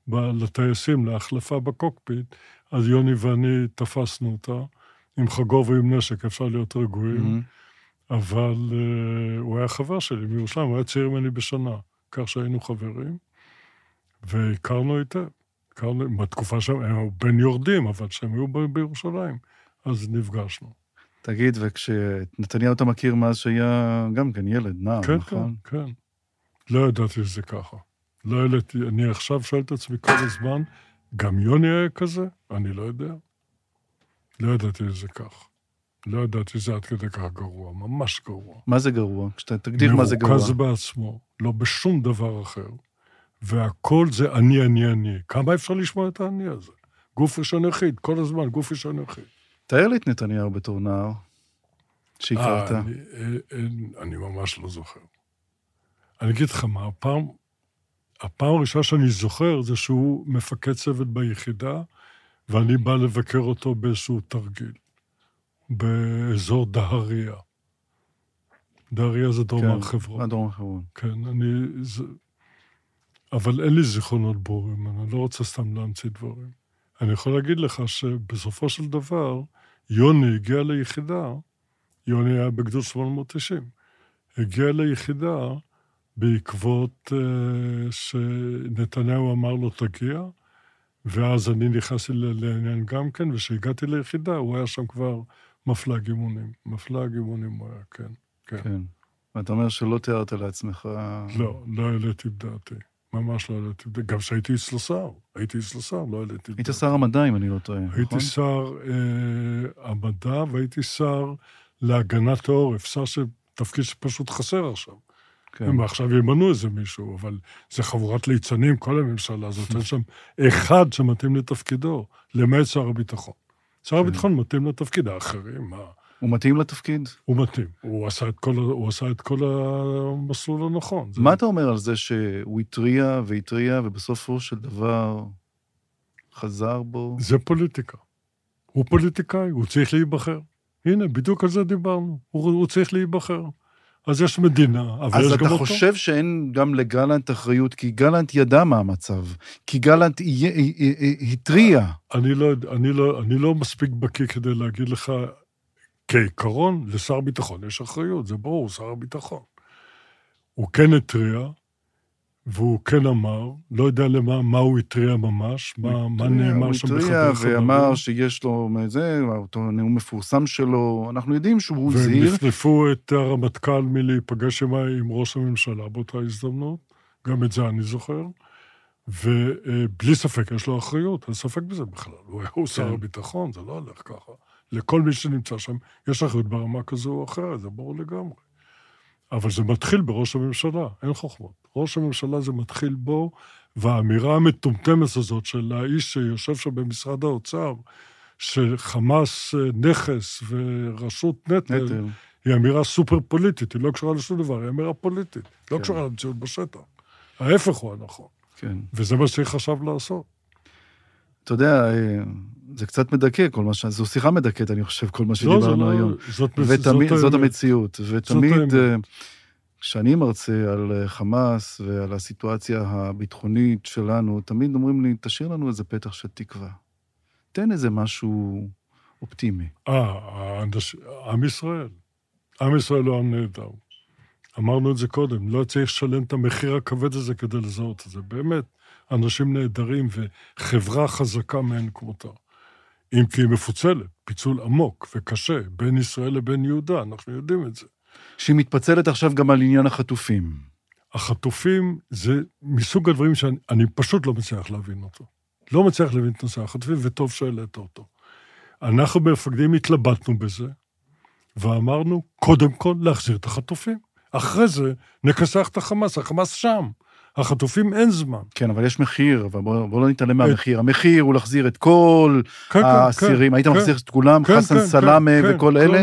לטייסים, להחלפה בקוקפיט, אז יוני ואני תפסנו אותה, עם חגור ועם נשק, אפשר להיות רגועים, אבל הוא היה חבר שלי מירושלים, הוא היה צעיר ממני בשנה, כך שהיינו חברים, והכרנו היטב. בתקופה שם, הם בין יורדים, אבל שהם היו בירושלים, אז נפגשנו. תגיד, וכשנתניהו אתה מכיר מאז שהיה גם כן ילד, נער, כן, נכון? כן, כן. לא ידעתי שזה ככה. לא ידעתי, אני עכשיו שואל את עצמי כל הזמן, גם יוני היה כזה? אני לא יודע. לא ידעתי שזה כך. לא ידעתי שזה עד כדי כך גרוע, ממש גרוע. מה זה גרוע? תגדיר מה זה גרוע. מרוכז בעצמו, לא בשום דבר אחר. והכל זה אני. כמה אפשר לשמוע את האני הזה? גוף ראשון יחיד, כל הזמן, גוף ראשון יחיד. תאר לי את נתניהו בתור נער, שהכרת. אני ממש לא זוכר. אני אגיד לך מה, הפעם הראשונה שאני זוכר זה שהוא מפקד צוות ביחידה, ואני בא לבקר אותו באיזשהו תרגיל, באזור דהריה. דהריה זה דרום הר חברון. דרום הר חברון. כן, אבל אין לי זיכרונות ברורים, אני לא רוצה סתם להמציא דברים. אני יכול להגיד לך שבסופו של דבר, יוני הגיע ליחידה, יוני היה בגדוד 890, הגיע ליחידה בעקבות שנתניהו אמר לו תגיע, ואז אני נכנסתי לעניין גם כן, וכשהגעתי ליחידה, הוא היה שם כבר מפלג אימונים. מפלג אימונים הוא היה, כן. כן. ואתה אומר שלא תיארת לעצמך... לא העליתי בדעתי. ממש לא העליתי בדעתי. גם שהייתי אצלו שר, לא העליתי בדעתי. היית שר המדע, אם אני לא טועה, נכון? הייתי שר המדע, והייתי שר להגנת העורף, שר שתפקיד שפשוט חסר עכשיו. הם עכשיו ימנו איזה מישהו, אבל זה חבורת ליצנים, כל הממשלה הזאת, אין שם אחד שמתאים לתפקידו, למעט שר הביטחון. שר הביטחון מתאים לתפקיד, האחרים, מה? הוא מתאים לתפקיד? הוא מתאים, הוא עשה את כל המסלול הנכון. מה אתה אומר על זה שהוא התריע והתריע, ובסופו של דבר חזר בו? זה פוליטיקה. הוא פוליטיקאי, הוא צריך להיבחר. הנה, בדיוק על זה דיברנו, הוא צריך להיבחר. אז יש מדינה, אבל יש גם אותו. אז אתה חושב שאין גם לגלנט אחריות, כי גלנט ידע מה המצב, כי גלנט התריע. אני לא מספיק בקיא כדי להגיד לך, כעיקרון, לשר ביטחון יש אחריות, זה ברור, שר הביטחון. הוא כן התריע, והוא כן אמר, לא יודע מה הוא התריע ממש, מה נאמר שם בחדר חדרים. הוא התריע ואמר שיש לו זה, אותו נאום מפורסם שלו, אנחנו יודעים שהוא זהיר. והם נפנפו את הרמטכ"ל מלהיפגש עם ראש הממשלה באותה הזדמנות, גם את זה אני זוכר, ובלי ספק יש לו אחריות, אין ספק בזה בכלל, הוא שר הביטחון, זה לא הולך ככה. לכל מי שנמצא שם, יש אחריות ברמה כזו או אחרת, זה ברור לגמרי. אבל זה מתחיל בראש הממשלה, אין חוכמות. ראש הממשלה זה מתחיל בו, והאמירה המטומטמת הזאת של האיש שיושב שם במשרד האוצר, שחמאס נכס ורשות נטל, היא אמירה סופר פוליטית, היא לא קשורה לשום דבר, היא אמירה פוליטית, לא קשורה למציאות בשטח. ההפך הוא הנכון. וזה מה שצריך עכשיו לעשות. אתה יודע, זה קצת מדכא כל מה זו שיחה מדכאת, אני חושב, כל מה שדיברנו היום. זאת המציאות. ותמיד, כשאני מרצה על חמאס ועל הסיטואציה הביטחונית שלנו, תמיד אומרים לי, תשאיר לנו איזה פתח של תקווה. תן איזה משהו אופטימי. עם ישראל. עם ישראל לא עם נהדר. אמרנו את זה קודם, לא צריך לשלם את המחיר הכבד הזה כדי לזהות את זה. באמת, אנשים נהדרים וחברה חזקה מהן כמותה. אם כי היא מפוצלת, פיצול עמוק וקשה, בין ישראל לבין יהודה, אנחנו יודעים את זה. שהיא מתפצלת עכשיו גם על עניין החטופים. החטופים זה מסוג הדברים שאני פשוט לא מצליח להבין אותו. לא מצליח להבין את נושא החטופים, וטוב שהעלית אותו. אנחנו במפקדים התלבטנו בזה, ואמרנו, קודם כל להחזיר את החטופים. אחרי זה נכסח את החמאס, החמאס שם. החטופים אין זמן. כן, אבל יש מחיר, אבל בוא לא נתעלם מהמחיר. המחיר הוא להחזיר את כל האסירים. היית מחזיר את כולם, חסן סלאמה וכל אלה?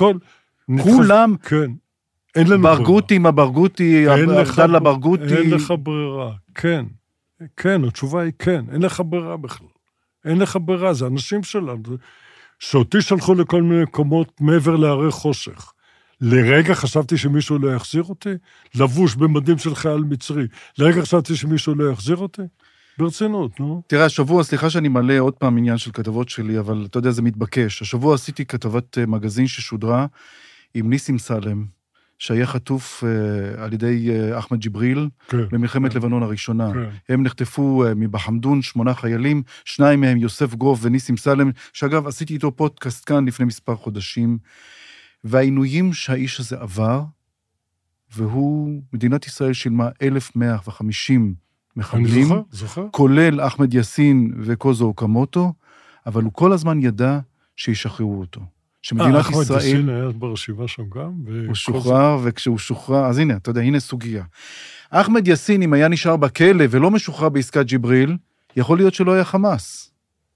כולם? כן. ברגותי, עבדאללה ברגותי. אין לך ברירה, כן. כן, התשובה היא כן. אין לך ברירה בכלל. אין לך ברירה, זה אנשים שלנו. שאותי שלחו לכל מיני מקומות מעבר להרי חושך. לרגע חשבתי שמישהו לא יחזיר אותי, לבוש במדים של חייל מצרי. לרגע חשבתי שמישהו לא יחזיר אותי. ברצינות, נו. תראה, השבוע, סליחה שאני מלא עוד פעם עניין של כתבות שלי, אבל אתה יודע, זה מתבקש. השבוע עשיתי כתבת מגזין ששודרה עם ניסים סלם, שהיה חטוף על ידי אחמד ג'יבריל, במלחמת לבנון הראשונה. הם נחטפו מבחמדון 8 חיילים, 2 מהם יוסף גוף וניסים סלם, שאגב, עשיתי איתו פודקאסט כאן לפני מספר חודשים, והעינויים שהאיש הזה עבר, והוא, מדינת ישראל שילמה 1,150 מחבלים, כולל אחמד יאסין וקוזו אוקמוטו, אבל הוא כל הזמן ידע שישחררו אותו. שמדינת ישראל... אחמד יאסין היה ברשיבה שם גם? הוא שוחרר, וכשהוא שוחרר, אז הנה, אתה יודע, הנה סוגיה. אחמד יאסין, אם היה נשאר בכלא ולא משוחרר בעסקת ג'יבריל, יכול להיות שלא היה חמאס.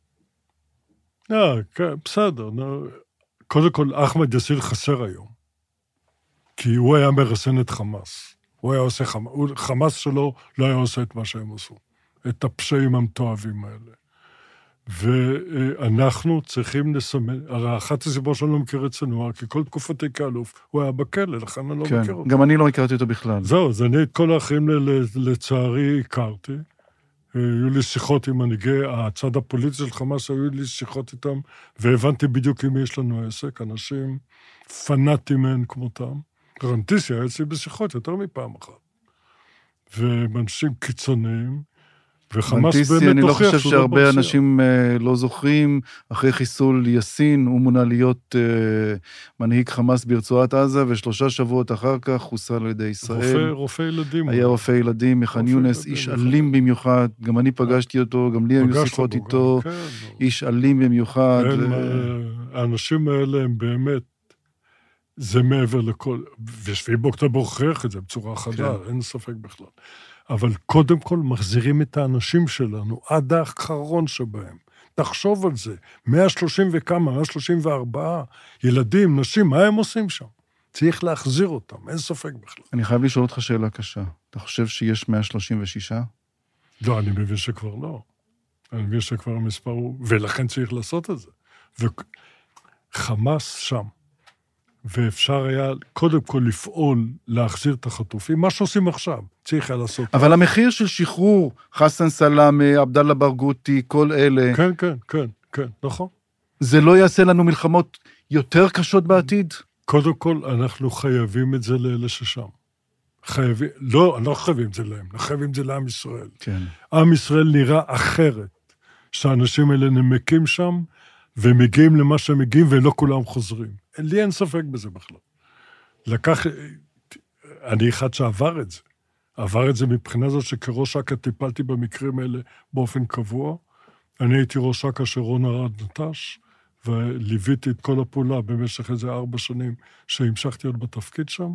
בסדר. קודם כל, אחמד יאסין חסר היום. כי הוא היה מרסן את חמאס. הוא היה עושה חמאס שלו לא היה עושה את מה שהם עשו. את הפשעים המתועבים האלה. ואנחנו צריכים לסמן, הרי אחת הסיבות שאני לא מכיר את סנואר, כי כל תקופתי כאלוף, הוא היה בכלא, לכן אני לא מכיר אותו. גם אני לא הכרתי אותו בכלל. זהו, אז אני את כל האחרים לצערי הכרתי. היו לי שיחות עם מנהיגי הצד הפוליטי של חמאס, היו לי שיחות איתם, והבנתי בדיוק אם יש לנו עסק, אנשים פנאטים מהן כמותם. רנטיסי היה אצלי בשיחות יותר מפעם אחת. ואנשים קיצוניים, מנטיסי, אני לא חושב שהרבה אנשים לא זוכרים, אחרי חיסול יאסין, הוא מונה להיות מנהיג חמאס ברצועת עזה, ו3 שבועות אחר כך חוסל על ידי ישראל. רופא ילדים. היה רופא ילדים, מחאן יונס, איש אלים במיוחד, גם אני פגשתי אותו, גם לי היו שיחות איתו, איש אלים במיוחד. האנשים האלה הם באמת, זה מעבר לכל, ושביעי באוקטובר הוכיח את זה בצורה חדה, אין ספק בכלל. אבל קודם כל מחזירים את האנשים שלנו, עד האחרון שבהם. תחשוב על זה, 130 וכמה, 134, ילדים, נשים, מה הם עושים שם? צריך להחזיר אותם, אין ספק בכלל. אני חייב לשאול אותך שאלה קשה. אתה חושב שיש 136? לא, אני מבין שכבר לא. אני מבין שכבר המספר הוא, ולכן צריך לעשות את זה. וחמאס שם. ואפשר היה קודם כל לפעול, להחזיר את החטופים, מה שעושים עכשיו, צריך היה לעשות. אבל המחיר של שחרור, חסן סלאמה, עבדאללה ברגותי, כל אלה... כן, נכון. זה לא יעשה לנו מלחמות יותר קשות בעתיד? קודם כל, אנחנו חייבים את זה לאלה ששם. לא, אנחנו חייבים את זה להם, אנחנו חייבים את זה לעם ישראל. כן. עם ישראל נראה אחרת, שהאנשים האלה נמקים שם, ומגיעים למה שהם מגיעים, ולא כולם חוזרים. לי אין ספק בזה בכלל. אני אחד שעבר את זה. עבר את זה מבחינה זאת שכראש אכ"א טיפלתי במקרים האלה באופן קבוע. אני הייתי ראש אכ"א שרון ארד נטש, וליוויתי את כל הפעולה במשך איזה 4 שנים שהמשכתי עוד בתפקיד שם,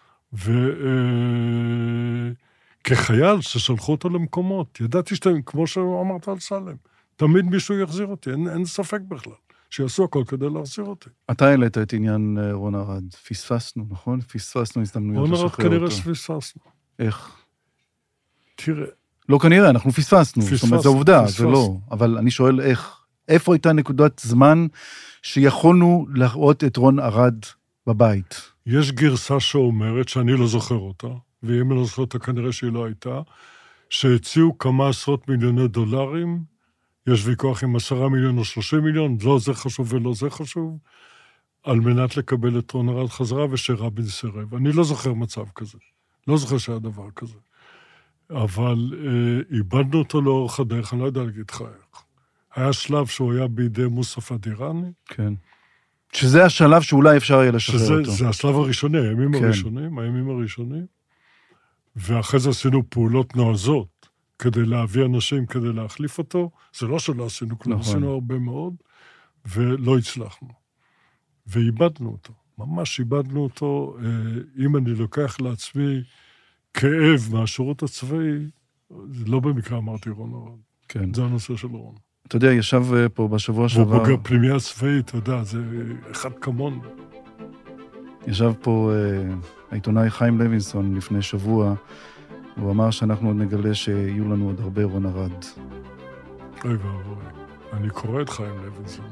וכחייל ששלחו אותו למקומות, ידעתי כמו שאמרת על סלם, תמיד מישהו יחזיר אותי, אין ספק בכלל. שיעשו הכל כדי להחזיר אותי. אתה העלית את עניין רון ארד. פספסנו, נכון? פספסנו הזדמנויות לשחרר אותו. רון ארד כנראה שפספסנו. איך? תראה. לא כנראה, אנחנו פספסנו. זאת אומרת, זו עובדה, זה לא. אבל אני שואל איך. איפה הייתה נקודת זמן שיכולנו לראות את רון ארד בבית? יש גרסה שאומרת, שאני לא זוכר אותה, ואם אני לא זוכר אותה כנראה שהיא לא הייתה, שהציעו כמה עשרות מיליוני דולרים, יש ויכוח עם 10 מיליון או 30 מיליון, לא זה חשוב ולא זה חשוב, על מנת לקבל את רון ארד חזרה ושרבין סירב. אני לא זוכר מצב כזה. לא זוכר שהיה דבר כזה. אבל איבדנו אותו לאורך הדרך, אני לא יודע להגיד לך איך. היה שלב שהוא היה בידי מוסף אדירני. כן. שזה השלב שאולי אפשר יהיה לשחרר אותו. זה השלב הראשוני, הימים הראשונים. ואחרי זה עשינו פעולות נועזות. כדי להביא אנשים, כדי להחליף אותו, זה לא שלא עשינו כלום, עשינו הרבה מאוד, ולא הצלחנו. ואיבדנו אותו, ממש איבדנו אותו, אם אני לוקח לעצמי כאב מהשירות הצבאי, לא במקרה אמרתי רון ארד. כן. זה הנושא של רון. אתה יודע, ישב פה בשבוע שעבר... הוא בוגר פנימיה צבאית, אתה יודע, זה אחד כמון. ישב פה העיתונאי חיים לוינסון לפני שבוע, הוא אמר שאנחנו עוד נגלה שיהיו לנו עוד הרבה רון ארד. אוי ואבוי, אני קורא את חיים לוינסון,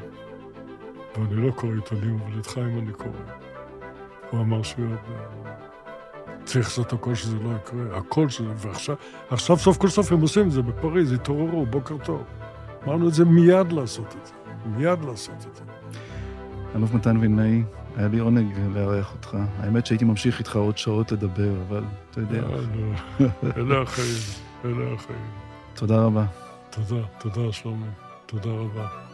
ואני לא קורא עיתונים, אבל את חיים אני קורא. הוא אמר שהוא עוד צריך לעשות הכל שזה לא יקרה, הכל שזה, ועכשיו סוף כל סוף הם עושים את זה בפריז, התעוררו, בוקר טוב. אמרנו את זה מיד לעשות את זה, מיד לעשות את זה. אלוף מתן וילנאי, היה לי עונג לארח אותך. האמת שהייתי ממשיך איתך עוד שעות לדבר, אבל אתה יודע. אלה החיים, אלה החיים. תודה רבה. תודה, תודה שלומי, תודה רבה.